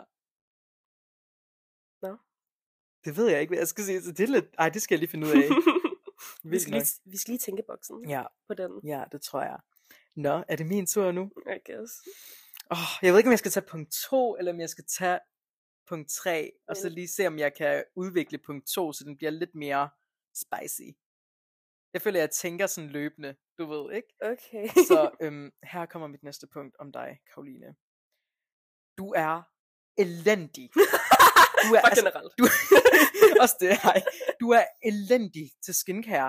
Nå. Det ved jeg ikke, hvad jeg skal sige. Så det er lidt... Ej, det skal jeg lige finde ud af. vi skal lige tænke boksen på den. Ja, det tror jeg. Nå, er det min tur nu? I guess. Jeg ved ikke, om jeg skal tage punkt 2, eller om jeg skal tage punkt 3, og så lige se, om jeg kan udvikle punkt 2, så den bliver lidt mere spicy. Jeg føler, jeg tænker sådan løbende, du ved, ikke? Okay. Så her kommer mit næste punkt om dig, Karoline. Du er elendig. Du er generelt. Også det, hej. Du er elendig til skincare.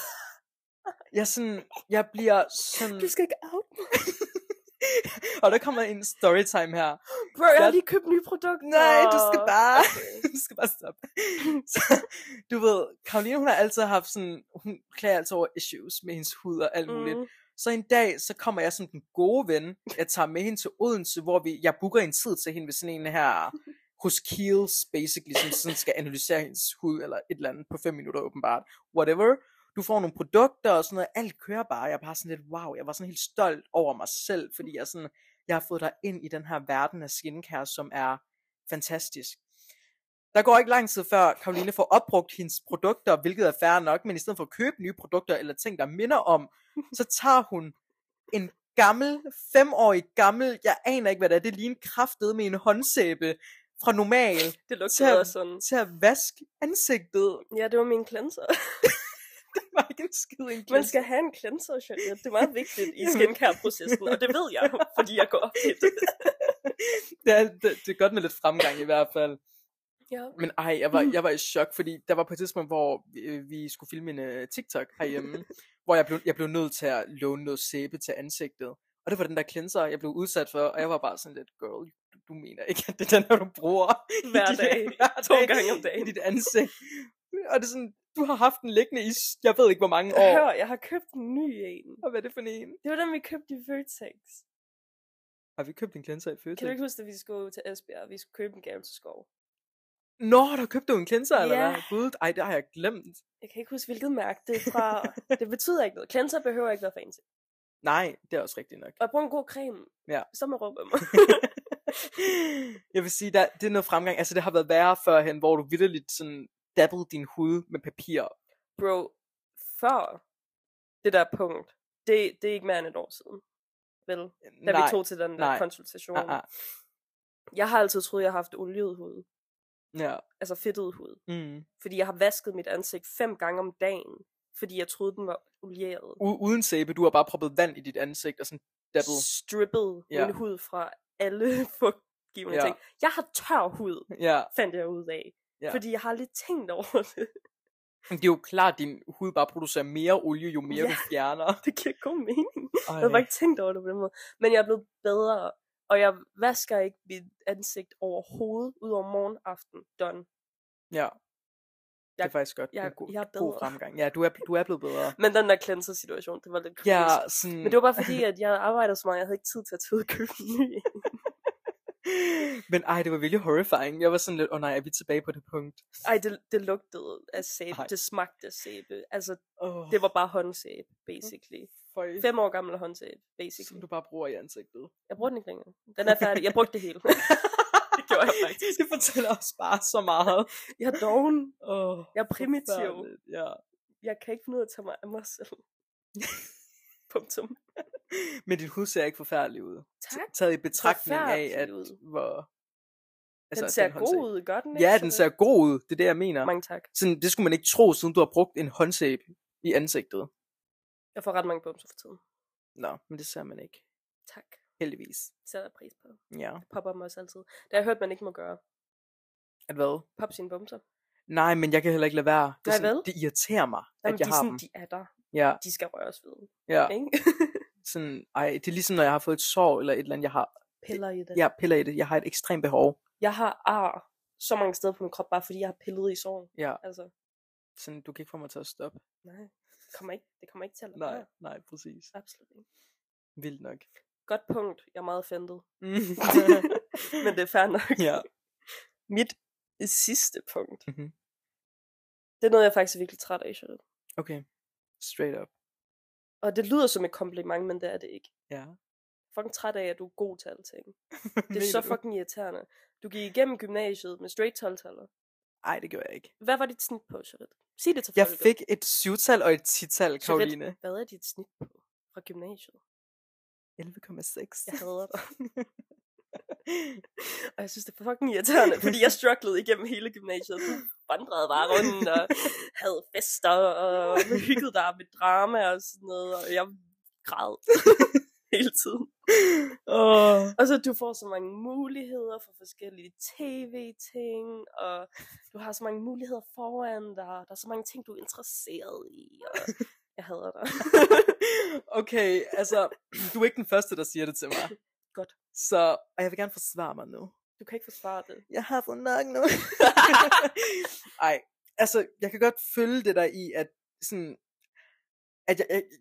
Jeg bliver sådan... Du skal ikke out mig. Og der kommer en storytime her. Bro, jeg har lige købt nye produkter. Nej, du skal bare stoppe. Så, du ved, Karoline, hun har altid haft sådan, hun klager altid over issues med hendes hud og alt muligt. Så en dag, så kommer jeg som den gode ven, jeg tager med hende til Odense, hvor jeg booker en tid til hende ved sådan en her, hos Kiehl's, basically, som sådan skal analysere hendes hud, eller et eller andet på 5 minutter åbenbart. Whatever. Du får nogle produkter og sådan noget, alt kører bare. Jeg er bare sådan lidt, wow, jeg var sådan helt stolt over mig selv, fordi jeg har fået dig ind i den her verden af skincare, som er fantastisk. Der går ikke lang tid før Karoline får opbrugt hendes produkter, hvilket er fair nok, men i stedet for at købe nye produkter, eller ting, der minder om, så tager hun en gammel, 5-årig gammel, jeg aner ikke, hvad det er, det ligner kraftet med en håndsæbe, fra normal, det lugter sådan. Til at vaske ansigtet. Ja, det var min cleanser. Det var ikke en skid en cleanser. Man skal have en cleanser, Charlotte. Det er meget vigtigt i skincare-processen, og det ved jeg, fordi jeg går op i det. Det er godt med lidt fremgang i hvert fald. Ja. Men jeg var i chok, fordi der var på et tidspunkt, hvor vi skulle filme en TikTok herhjemme, hvor jeg blev nødt til at låne noget sæbe til ansigtet. Og det var den der cleanser, jeg blev udsat for, og jeg var bare sådan lidt, girl, du mener ikke, at det er den her, du bruger hver dag, 2 gange om dagen i dit ansigt. Og det er sådan, du har haft den liggende i, jeg ved ikke hvor mange år. Hør, jeg har købt en ny en. Og hvad er det for en? Det var den, vi købte i Vertex. Har vi købt en cleanser i Vertex? Kan du ikke huske, at vi skulle til Esbjerg, vi skulle købe en gave til skov? Nå, der købte du en cleanser, eller hvad? Gud, ej, det har jeg glemt. Jeg kan ikke huske, hvilket mærke det er fra. Det betyder ikke noget. Cleanser behøver ikke være fancy. Nej, det er også rigtigt nok. Og brug en god creme. Ja. Så må råbe af mig. Jeg vil sige, det er noget fremgang. Altså, det har været værre førhen, hvor du vitterligt sådan dabbede din hud med papir. Bro, før det der punkt, det er ikke mere end et år siden. Vel? Da vi tog til den der konsultation. Jeg har altid troet, jeg har haft olieet hud. Ja. Altså fedtet hud. Fordi jeg har vasket mit ansigt 5 gange om dagen. Fordi jeg troede, den var olieret. Uden sæbe, du har bare proppet vand i dit ansigt og sådan dabblet. Strippet min hud fra alle fugtgivende ting. Jeg har tør hud, fandt jeg ud af. Fordi jeg har lidt tænkt over det. Det er jo klart, at din hud bare producerer mere olie, jo mere du fjerner. Det giver god mening. Jeg har bare ikke tænkt over det på den måde. Men jeg er blevet bedre. Og jeg vasker ikke mit ansigt overhovedet, ud over morgen, aften, done. Ja. Det er faktisk godt. Jeg er god fremgang. Ja, du er blevet bedre. Men den der cleanser-situation, det var lidt crazy. Ja, sådan... Men det var bare fordi, at jeg arbejdede så meget, jeg havde ikke tid til at tage ud og købe en ny. Men det var virkelig horrifying. Jeg var sådan lidt, nej, er vi tilbage på det punkt? Det lugtede af sæbe. Det smagte af sæbe. Altså, det var bare håndsæbe, basically. 5 år gammel håndsæbe, basically. Som du bare bruger i ansigtet. Jeg bruger den ikke længere. Den er færdig. Jeg brugte det hele. Det gjorde jeg faktisk. Det fortæller også bare så meget. Jeg er doven. Jeg er primitiv. Ja. Jeg kan ikke finde ud af at tage mig af mig selv. Punktum. Men din hud ser ikke forfærdelig ud. Tak. Taget i betragtning af, at hvor... Altså, den ser god ud, gør den ikke? Ja, den ser god ud. Det er det, jeg mener. Mange tak. Sådan, det skulle man ikke tro, siden du har brugt en håndsæbe i ansigtet. Jeg får ret mange bumser for tiden. Nå, men det ser man ikke. Tak. Heldigvis. Det sætter jeg pris på. Ja. Det popper mig også altid. Det har jeg hørt, man ikke må gøre. At hvad? Pop sine bumser. Nej, men jeg kan heller ikke lade være. Det, sådan, det irriterer mig, at jeg har dem. De er der. Ja. De skal røres ved. Ja. Sådan, det er ligesom, når jeg har fået et sår, eller et eller andet, jeg har... Piller i det. Ja, piller i det. Jeg har et ekstremt behov. Jeg har så mange steder på min krop, bare fordi jeg har pillet i såret. Ja. Altså. Sådan, du kan ikke få mig til at stoppe. Nej, det kommer ikke til at lade være. Nej, præcis. Absolut ikke. Vildt nok. Godt punkt. Jeg er meget fentet. Men det er fair nok. Ja. Mit sidste punkt. Det er noget, jeg faktisk er virkelig træt af, Charlotte. Okay. Straight up. Og det lyder som et kompliment, men det er det ikke. Ja. Fucking træt af, at du er god til alting. Det er så fucking irriterende. Du gik igennem gymnasiet med straight 12-taller. Ej, det gjorde jeg ikke. Hvad var dit snit på, Charlotte? Sig det til folket. Jeg fik et 7-tal og et 10-tal, Karoline. Hvad er dit snit på fra gymnasiet? 11,6. Jeg hader dig. Og jeg synes, det er fucking irriterende, fordi jeg strugglede igennem hele gymnasiet. Du vandrede bare rundt og havde fester og hyggede dig med drama og sådan noget, og jeg græd hele tiden. Og så du får så mange muligheder for forskellige tv-ting, og du har så mange muligheder foran dig, der er så mange ting, du er interesseret i, og jeg hader dig. Okay, altså, du er ikke den første, der siger det til mig. Godt. Så, og jeg vil gerne forsvare mig nu. Du kan ikke forsvare det. Jeg har fået nok nu. Ej, altså, jeg kan godt følge det der i, at sådan, at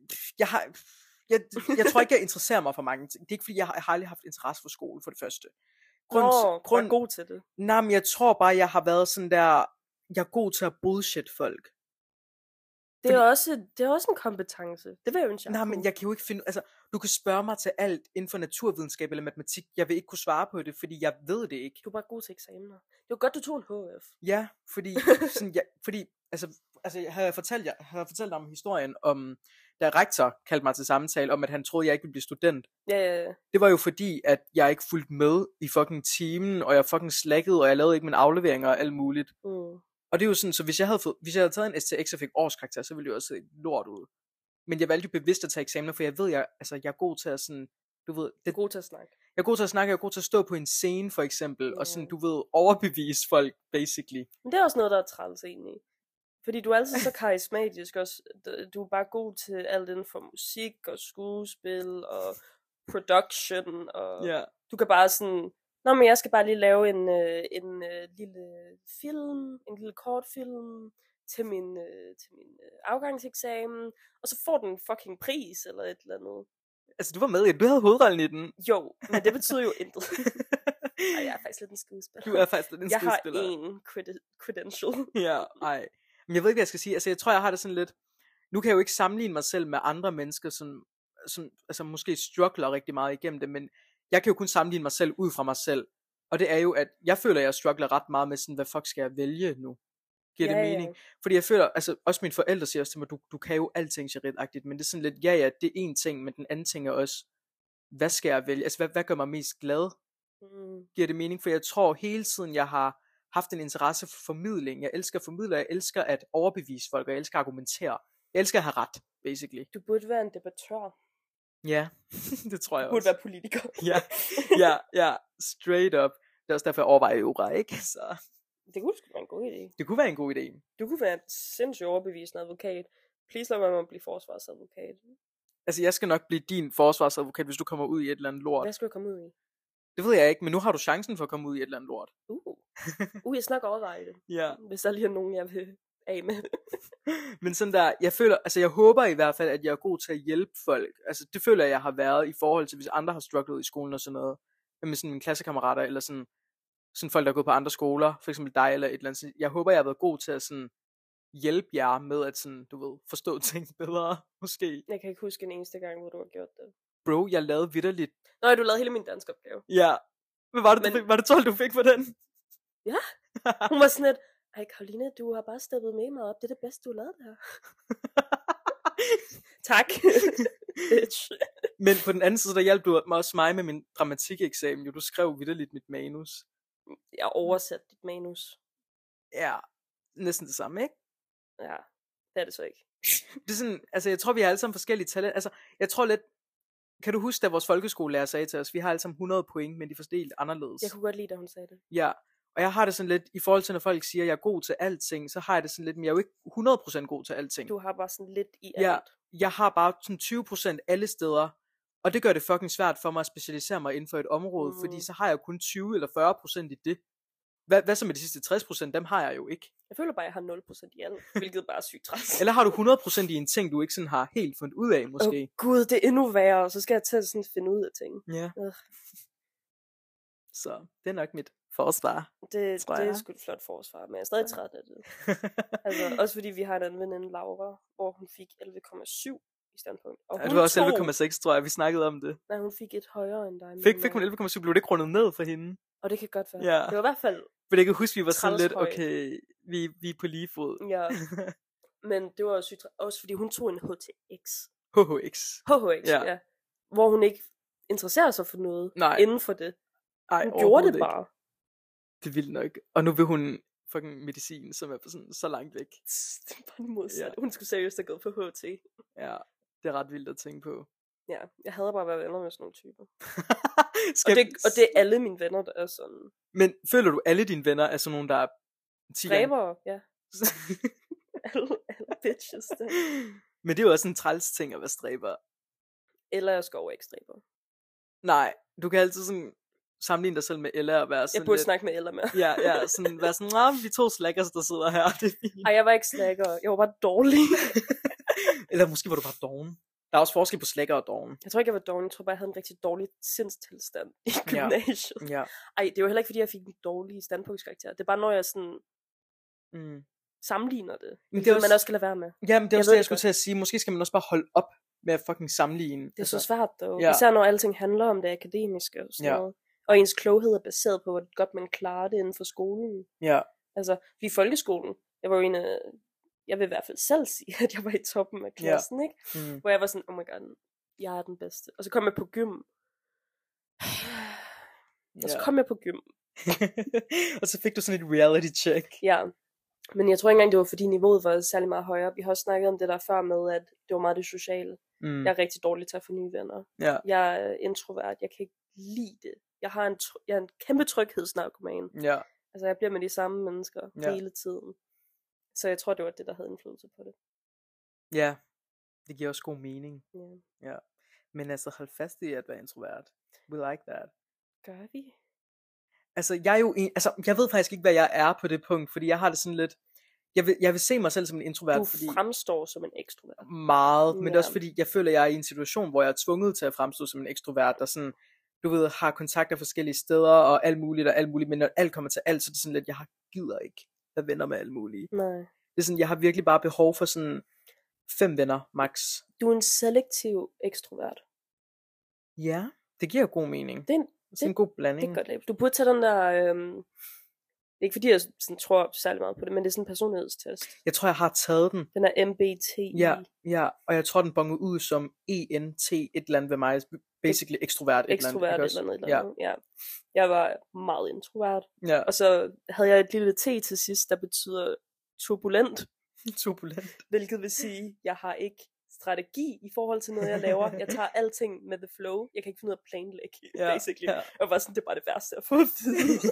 jeg tror ikke, jeg interesserer mig for mange ting. Det er ikke, fordi jeg har aldrig haft interesse for skole, for det første. Du er god til det. Nej, men jeg tror bare, jeg har været sådan der, jeg er god til at bullshit folk. Det er også en kompetence. Det vil jeg ønske. Nej, men jeg kan jo ikke finde... Altså, du kan spørge mig til alt inden for naturvidenskab eller matematik. Jeg vil ikke kunne svare på det, fordi jeg ved det ikke. Du er bare god til eksamener. Det var godt, du tog en HF. Ja, fordi... jeg har fortalt dig om historien om... Da rektor kaldte mig til samtale om, at han troede, jeg ikke ville blive student. Ja. Det var jo fordi, at jeg ikke fulgte med i fucking timen, og jeg fucking slackede, og jeg lavede ikke mine afleveringer og alt muligt. Og det er jo sådan, så hvis jeg havde taget en STX og fik årskarakter, så ville det jo også se lort ud. Men jeg valgte jo bevidst at tage eksamener, for jeg ved, jeg er god til at sådan, du ved... Du er god til at snakke. Jeg er god til at snakke, jeg er god til at stå på en scene, for eksempel, og sådan, du ved, overbevise folk, basically. Men det er også noget, der er træls egentlig. Fordi du er altid så karismatisk også. Du er bare god til alt inden for musik og skuespil og production. Og du kan bare sådan... Nå, men jeg skal bare lige lave en lille film, en lille kortfilm til min afgangseksamen, og så får den en fucking pris eller et eller andet. Altså, du var med i du havde hovedrollen i den. Jo, men det betyder jo intet. Ej, jeg er faktisk lidt en skuespiller. Du er faktisk lidt en skuespiller. Jeg har én credential. Ja, ej. Men jeg ved ikke, hvad jeg skal sige. Altså, jeg tror, jeg har det sådan lidt... Nu kan jeg jo ikke sammenligne mig selv med andre mennesker, som altså, måske struggler rigtig meget igennem det, men jeg kan jo kun sammenligne mig selv ud fra mig selv. Og det er jo, at jeg føler, at jeg struggler ret meget med sådan, hvad fuck skal jeg vælge nu? Giver det mening? Ja. Fordi jeg føler, altså også mine forældre siger også til mig, du kan jo alting Charit-agtigt, men det er sådan lidt, ja, det er en ting, men den anden ting er også, hvad skal jeg vælge? Altså, hvad gør mig mest glad? Giver det mening? For jeg tror hele tiden, jeg har haft en interesse for formidling. Jeg elsker at formidle, jeg elsker at overbevise folk, og jeg elsker at argumentere. Jeg elsker at have ret, basically. Du burde være en debattør. Ja, det tror jeg også. Du burde være politiker. ja, straight up. Det er også derfor, jeg overvejer jura, ikke? Så... Det kunne være en god idé. Det kunne være en god idé. Du kunne være en sindssygt overbevisende advokat. Please lad mig med at blive forsvarsadvokat. Altså, jeg skal nok blive din forsvarsadvokat, hvis du kommer ud i et eller andet lort. Hvad skal du komme ud i? Det ved jeg ikke, men nu har du chancen for at komme ud i et eller andet lort. Jeg snakker overveje det. Ja. Hvis der lige er nogen, jeg vil af med. Men sådan der, jeg håber i hvert fald, at jeg er god til at hjælpe folk. Altså, det føler jeg har været i forhold til, hvis andre har strugglet i skolen og sådan noget. Med sådan mine klassekammerater, eller sådan folk, der er gået på andre skoler, for eksempel dig eller et eller andet. Jeg håber, jeg har været god til at sådan hjælpe jer med at sådan, du ved, forstå ting bedre, måske. Jeg kan ikke huske en eneste gang, hvor du har gjort det. Bro, jeg lavede vitterligt. Nå, du lavede hele min dansk opgave. Ja. Men var det 12, du fik for den? Ja. Hun var sådan lidt, ej Karoline, du har bare steppet med mig op. Det er det bedste, du har lavet det her. Tak. Bitch. Men på den anden side, der hjalp du mig med min dramatikeksamen. Jo, du skrev vitterligt mit manus. Jeg oversatte dit manus. Ja, næsten det samme, ikke? Ja, det er det så ikke. Det er sådan, altså jeg tror, vi har alle sammen forskellige talent. Altså, jeg tror lidt, kan du huske, da vores folkeskolelærer sagde til os, vi har alle sammen 100 point, men de er fordelt anderledes. Jeg kunne godt lide, da hun sagde det. Ja, og jeg har det sådan lidt, i forhold til, når folk siger, at jeg er god til alting, så har jeg det sådan lidt, men jeg er jo ikke 100% god til alting. Du har bare sådan lidt i alt. Ja, jeg har bare sådan 20% alle steder, og det gør det fucking svært for mig at specialisere mig inden for et område, fordi så har jeg kun 20 eller 40% i det. Hvad så med de sidste 60%? Dem har jeg jo ikke. Jeg føler bare, at jeg har 0% i alt, hvilket bare er sygt træt. Eller har du 100% i en ting, du ikke sådan har helt fundet ud af, måske? Gud, det er endnu værre, så skal jeg til at sådan finde ud af ting. Ja. Så det er nok mit forsvar. Det er sgu et flot forsvar, men jeg er stadig træt af det. Altså, også fordi vi har en anden veninde, Laura, hvor hun fik 11,7 i standpunkt. Og ja, du var også 11,6, tror jeg, vi snakkede om det. Nej, hun fik et højere end dig. Fik hun 11,7, blev det ikke rundet ned for hende? Og det kan godt være. Ja. Det var i hvert fald... Men jeg kan huske, vi var sådan lidt, okay, vi er på lige fod. Ja, men det var også fordi hun tog en HTX. HHX, ja. Hvor hun ikke interesserer sig for noget inden for det. Hun gjorde det bare. Det er vildt nok. Og nu vil hun fucking medicin, som er sådan, så langt væk. Det er bare modsat. Ja. Hun skulle seriøst have gået på HT. Ja, det er ret vildt at tænke på. Ja, jeg hader bare at være venner med sådan nogle typer. og det er alle mine venner, der er sådan. Men føler du, alle dine venner er sådan nogle, der er 10 Dræbere, ja. alle bitches. Der. Men det er jo også en træls ting at være stræber. Eller jeg skal over ikke stræber. Nej, du kan altid sådan sammenligne dig selv med Ella og være sådan jeg burde lidt... snakke med Ella mere. ja, sådan være sådan, vi 2 slackers, der sidder her. Det er fint. Ej, jeg var ikke slacker. Jeg var bare dårlig. Eller måske var du bare doven. Der er også forskel på slacker og doven. Jeg tror ikke, jeg var doven. Jeg tror bare, jeg havde en rigtig dårlig sindstilstand i gymnasiet. Ja. Ej, det var heller ikke, fordi jeg fik en dårlig standpunktskarakter. Det er bare, når jeg sådan sammenligner det. Men det er også... man også skal lade være med. Ja, men det er også det, jeg skulle til at sige. Måske skal man også bare holde op med at fucking sammenligne. Det er så svært, dog. Ja. Især når alting handler om det akademiske og sådan noget. Og ens kloghed er baseret på, hvor godt man klarer det inden for skolen. Ja. Altså, vi i folkeskolen, jeg var jo en af... Jeg vil i hvert fald selv sige, at jeg var i toppen af klassen, ikke? Hvor jeg var sådan, oh my god, jeg er den bedste. Og så kom jeg på gym. Og så kom jeg på gym. Og så fik du sådan et reality check. Ja. Men jeg tror ikke engang, det var fordi niveauet var særlig meget højere. Vi har også snakket om det der før med, at det var meget det sociale. Jeg er rigtig dårlig til at få nye venner. Ja. Jeg er introvert. Jeg kan ikke lide det. Jeg er en kæmpe tryghedsnarkoman. Ja. Altså jeg bliver med de samme mennesker hele tiden. Så jeg tror, det var det, der havde indflydelse på det. Ja, det giver også god mening. Yeah. Ja. Men altså, hold fast i at være introvert. We like that. Gør vi? Altså, jeg ved faktisk ikke, hvad jeg er på det punkt, fordi jeg har det sådan lidt... Jeg vil se mig selv som en introvert, du fremstår som en ekstrovert. Meget, men det er også fordi, jeg føler, jeg er i en situation, hvor jeg er tvunget til at fremstå som en ekstrovert, der sådan, du ved, har kontakter forskellige steder, og alt muligt, men når alt kommer til alt, så er det sådan lidt, jeg gider ikke at venner med alt muligt. Nej. Det er sådan, jeg har virkelig bare behov for sådan 5 venner, max. Du er en selektiv ekstrovert. Ja, det giver god mening. Det er en god blanding. Det er godt label. Du burde tage den der... det er ikke fordi, jeg sådan, tror særlig meget på det, men det er sådan en personlighedstest. Jeg tror, jeg har taget den. Den er MBTI. Ja, og jeg tror, den bongede ud som ENT et eller andet ved mig. Basically ekstrovert et eller andet. Ja. Jeg var meget introvert. Ja. Og så havde jeg et lille T til sidst, der betyder turbulent. Turbulent. Hvilket vil sige, jeg har ikke strategi i forhold til noget, jeg laver. Jeg tager alting med the flow. Jeg kan ikke finde ud af at planlægge, basically. Ja. Og var sådan, det er bare det værste at få at vide.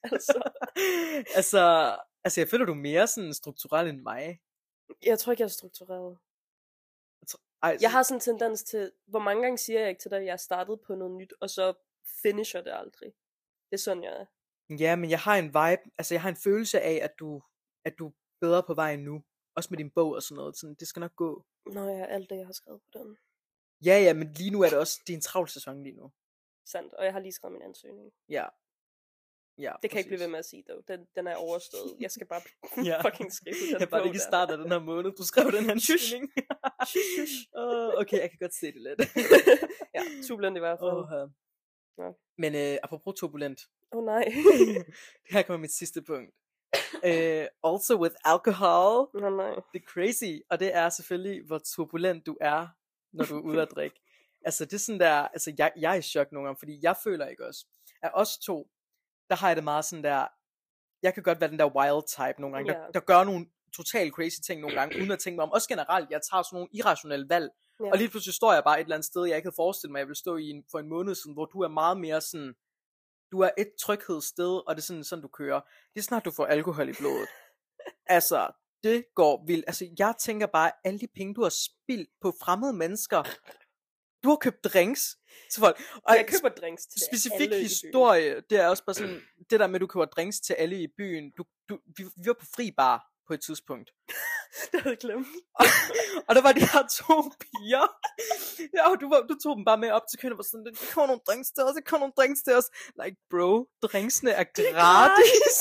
altså, jeg føler, du er mere sådan strukturel end mig. Jeg tror ikke, jeg er struktureret. Jeg har sådan en tendens til, hvor mange gange siger jeg ikke til dig, at jeg er startet på noget nyt, og så finisher det aldrig. Det er sådan, jeg er. Ja, men jeg har en vibe, altså jeg har en følelse af, at du er bedre på vej nu. Også med din bog og sådan noget. Sådan, det skal nok gå. Nå ja, alt det, jeg har skrevet på den. Ja, men lige nu er det også, det er en travl sæson lige nu. Sandt, og jeg har lige skrevet min ansøgning. Ja, det kan jeg ikke blive ved med at sige, dog. Den er overstået. Jeg skal bare fucking skrive den. Jeg bare ikke i starten af den her måned, du skrev den ansøgning. Okay, jeg kan godt se det lidt. Ja, turbulent i hvert fald. Ja. Men apropos turbulent. Nej. Her kommer mit sidste punkt. Also with alcohol. Nej. Det er crazy. Og det er selvfølgelig, hvor turbulent du er, når du er ude at drikke. Altså det er sådan der, altså jeg er i chok nogle gange, fordi jeg føler ikke også, at os to, der har jeg det meget sådan der, jeg kan godt være den der wild type nogle gange, der gør nogle total crazy ting nogle gange, uden at tænke mig om. Også generelt, jeg tager sådan nogle irrationelle valg, og lige pludselig står jeg bare et eller andet sted, jeg ikke havde forestillet mig, jeg ville stå i for en måned siden, hvor du er meget mere sådan, du er et tryghedssted, og det er sådan du kører. Det er snart, du får alkohol i blodet. Altså, det går vildt. Altså, jeg tænker bare, alle de penge, du har spildt på fremmede mennesker. Du har købt drinks til folk. Og jeg køber drinks til specifik historie, det er også bare sådan, det der med, at du køber drinks til alle i byen. Vi var på fri bar på et tidspunkt. Det havde jeg glemt. Og der var de her 2 piger. Ja, og du tog dem bare med op til køen og var sådan, der kommer nogle drinks til os, der kommer nogle drinks til os. Like, bro, drinksene er gratis.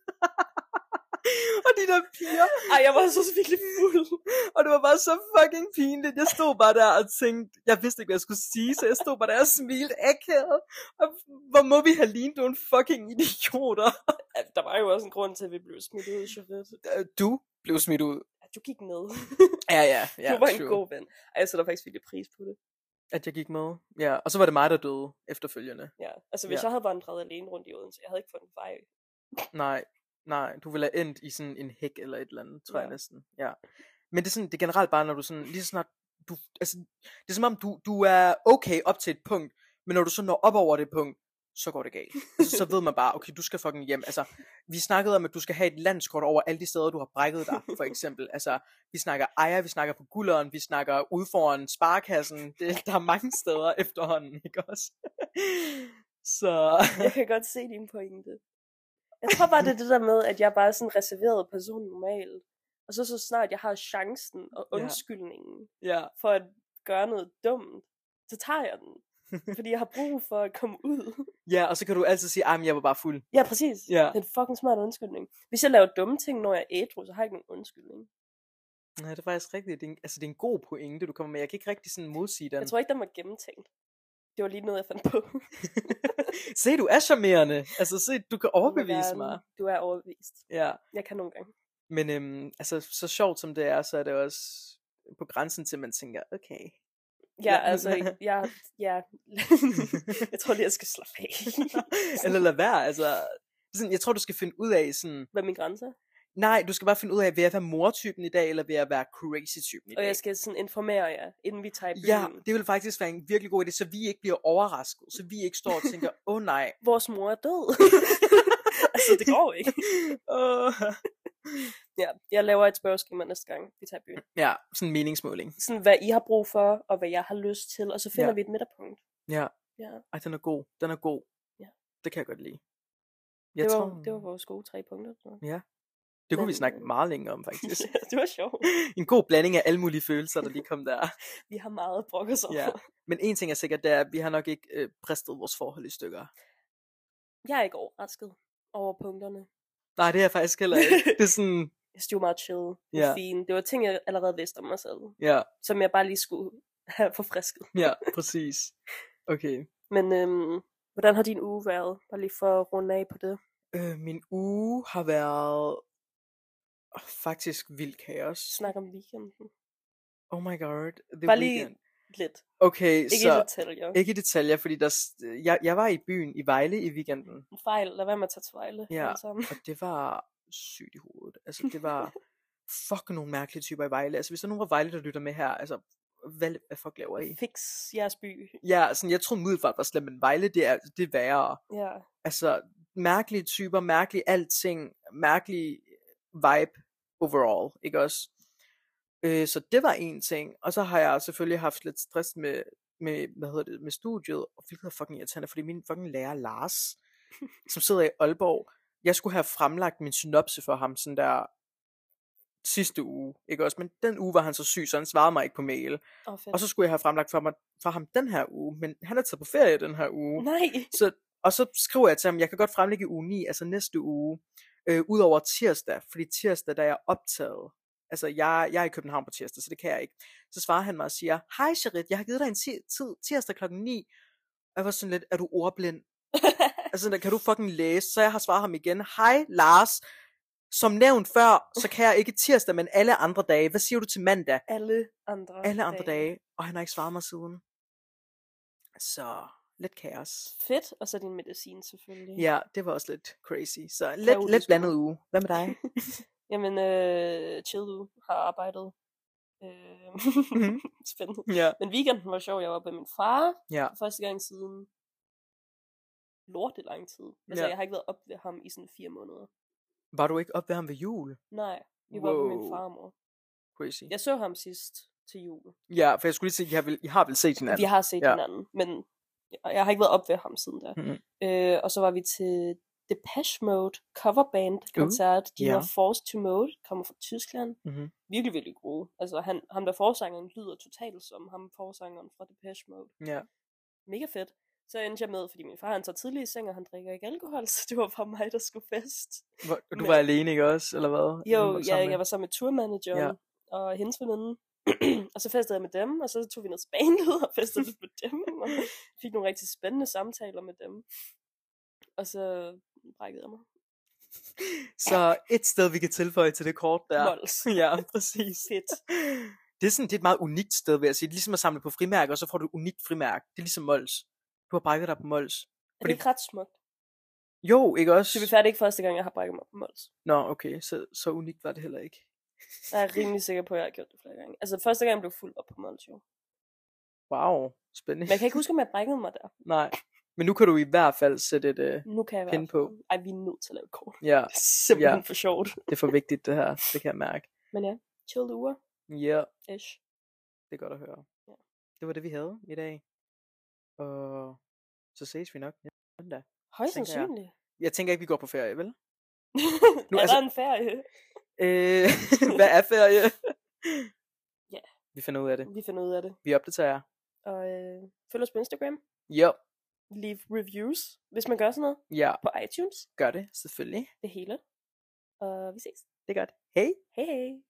Og de der piger. Ej, jeg var så virkelig fuld. Og det var bare så fucking pinligt. Jeg stod bare der og tænkte, jeg vidste ikke, hvad jeg skulle sige, så jeg stod bare der og smilte akavet. Og hvor må vi have lignet nogle fucking idioter. Der var jo også en grund til, at vi blev smidt ud i Charette. Du blev smidt ud. Du gik med. Ja. Du var en god ven. Ej, så der faktisk virkelig pris på det. At jeg gik med. Ja, og så var det mig, der døde efterfølgende. Ja, altså hvis jeg havde vandret alene rundt i Odense, jeg havde ikke fået en vej. Nej, du ville have endt i sådan en hæk eller et eller andet, tror jeg næsten. Ja. Men det er sådan, det er generelt bare, når du sådan, lige så snart, altså, det er som om, du er okay op til et punkt, men når du så når op over det punkt, så går det galt. Altså, så ved man bare, okay, du skal fucking hjem. Altså, vi snakkede om, at du skal have et landskort over alle de steder, du har brækket dig, for eksempel. Altså, vi snakker Ejer, vi snakker på Gulderen, vi snakker ude foran Sparekassen. Der er mange steder efterhånden, ikke også? Så... Jeg kan godt se din pointe. Jeg tror bare, det er det der med, at jeg bare er sådan en reserveret person normalt. Og så snart jeg har chancen og undskyldningen for at gøre noget dumt, så tager jeg den. Fordi jeg har brug for at komme ud. Ja, og så kan du altid sige, jeg var bare fuld. Ja, præcis. Det er en fucking smart undskyldning. Hvis jeg laver dumme ting, når jeg er ædru, så har jeg ikke nogen undskyldning. Nej, det er faktisk rigtigt. Det er en god pointe, du kommer med. Jeg kan ikke rigtig sådan modsige den. Jeg tror ikke, den var gennemtænkt. Det var lige noget, jeg fandt på. Se, du er charmerende. Altså, se, du kan overbevise mig. Du er overbevist. Ja. Jeg kan nogle gange. Men altså, så sjovt som det er, så er det også på grænsen til, man tænker, okay. Ja, altså, jeg tror lige, jeg skal slappe af. Eller lad være, altså. Sådan, jeg tror, du skal finde ud af sådan... Hvad er min grænser? Nej, du skal bare finde ud af, vil jeg være mortypen i dag, eller vil jeg være crazy-typen i dag? Og jeg skal sådan informere jer, inden vi tager i byen. Ja, det vil faktisk være en virkelig god idé, så vi ikke bliver overrasket, så vi ikke står og tænker, nej. Vores mor er død. Altså, det går ikke. Ja, jeg laver et spørgeskema næste gang, vi tager i byen. Ja, sådan en meningsmåling. Sådan, hvad I har brug for, og hvad jeg har lyst til, og så finder vi et midterpunkt. Ja. Ej, den er god. Ja. Det kan jeg godt lide. Det var vores gode 3 punkter. Så. Ja. Det kunne vi snakke meget længere om, faktisk. Det var sjovt. En god blanding af alle mulige følelser, der lige kom der. Vi har meget brokke os over. Ja. Men en ting er sikkert, det er, at vi har nok ikke præstet vores forhold i stykker. Jeg er ikke overrasket over punkterne. Nej, det er jeg faktisk heller ikke. Det er sådan... Jeg synes, det var meget chill og Ja. fint. Det var ting, jeg allerede vidste om mig selv. Ja, Som jeg bare lige skulle have forfrisket. ja, præcis. Okay. Men hvordan har din uge været? Bare lige for at runde af på det. Min uge har været faktisk vildt kaos. Snak om weekenden. Oh my god, the Bare lige weekend. lidt. Okay, Ikke så i detaljer. ikke i detaljer, fordi jeg var i byen i Vejle i weekenden. En fejl. Lad være med at tage til Vejle. Ja, alle sammen. og det var sygt i hovedet. Altså, det var fucking nogle mærkelige typer i Vejle. Altså, hvis der er nogen fra Vejle, der lytter med her, altså, hvad fuck laver I? Fix jeres by. Ja, sådan, jeg troede Middelfart var slemt, men Vejle, det er værre. Ja. Altså, mærkelige typer, mærkelige alting, mærkelig vibe overall, ikke også? Så det var en ting. Og så har jeg selvfølgelig haft lidt stress med med studiet, og hvilket er fucking irriterende, fordi min fucking lærer Lars, som sidder i Aalborg, jeg skulle have fremlagt min synopse for ham sådan der sidste uge, ikke også? Men den uge var han så syg, så han svarede mig ikke på mail. Og så skulle jeg have fremlagt for ham den her uge, men han er taget på ferie den her uge. Nej. Og så skriver jeg til ham, jeg kan godt fremlægge uge 9, altså næste uge, ud over tirsdag, fordi tirsdag, der er jeg optaget. Altså, jeg er i København på tirsdag, så det kan jeg ikke. Så svarer han mig og siger, hej Charit, jeg har givet dig en tid tirsdag klokken 9. Og jeg var sådan lidt, er du ordblind? Altså, kan du fucking læse? Så jeg har svaret ham igen, hej Lars, som nævnt før, så kan jeg ikke tirsdag, men alle andre dage. Hvad siger du til mandag? Alle andre dage. Og han har ikke svaret mig siden. Så lidt kaos. Fedt, og så din medicin selvfølgelig. Ja, det var også lidt crazy. Så lidt blandet uge. Hvad med dig? Jamen, chill uge. Har arbejdet. Spændende. Ja. Men weekenden var sjov. Jeg var på min far. Ja. Første gang siden lortet lang tid. Altså, jeg har ikke været op ved ham i sådan 4 måneder. Var du ikke op ved ham ved jul? Nej, vi var på min farmor. Crazy. Jeg så ham sidst til jul. Ja, for jeg skulle lige sige, I har vel set hinanden? Vi har set hinanden, men jeg har ikke været op ved ham siden da. Mm-hmm. Og så var vi til Depeche Mode coverband koncert. De hedder Forced to Mode, kommer fra Tyskland. Mm-hmm. Virkelig, virkelig gode. Altså ham der forsangeren lyder totalt som ham forsangeren fra Depeche Mode. Ja. Mega fedt. Så endte jeg med, fordi min far han tager tidlig i seng, og han drikker ikke alkohol, så det var bare mig, der skulle fest. Du var alene, ikke også? Eller hvad? Jo, jeg var sammen med tourmanageren og hendes veninde. Og så festede jeg med dem, og så tog vi ned til bandet og festede lidt med dem, og fik nogle rigtig spændende samtaler med dem. Og så brækkede jeg mig. Så et sted, vi kan tilføje til det kort der. Mols. Ja, præcis. Fedt. Det er et meget unikt sted, vil jeg sige. Det er ligesom at samle på frimærker, og så får du et unikt frimærke. Det er ligesom Mols. Du har brækket dig på Mols. Er det ikke ret smukt? Jo, ikke også? Det er færdigt ikke første gang, jeg har brækket mig på Mols. Nå, okay. Så unikt var det heller ikke. Jeg er rimelig sikker på, at jeg har gjort det flere gange. Altså første gang, jeg blev fuld op på Mols, jo. Wow, spændende. Men jeg kan ikke huske, om jeg brækkede mig der. Nej, men nu kan du i hvert fald sætte et nu kan jeg pin på. Ej, vi er nødt til at lave et kort. Ja. Det er simpelthen for sjovt. Det er for vigtigt, det her. Det kan jeg mærke. Men ja, chill uger. Ja. Ish. Det er godt at høre. Ja. Det var det, vi havde i dag. Og så ses vi nok næste søndag. Højst sandsynligt. Jeg tænker ikke, vi går på ferie, vel? Nu, er der en ferie? Hvad er ferie? Ja. Vi finder ud af det. Vi opdaterer. Og følg os på Instagram. Jo. Leave reviews, hvis man gør sådan noget. Ja. På iTunes. Gør det, selvfølgelig. Det hele. Og vi ses. Det er godt. Hej. Hej hej.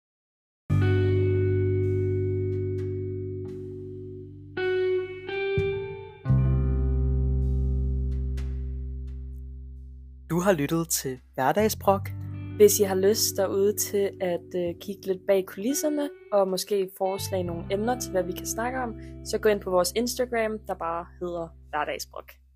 Du har lyttet til Hverdagsbrok. Hvis I har lyst derude til at kigge lidt bag kulisserne, og måske foreslage nogle emner til, hvad vi kan snakke om, så gå ind på vores Instagram, der bare hedder Hverdagsbrok.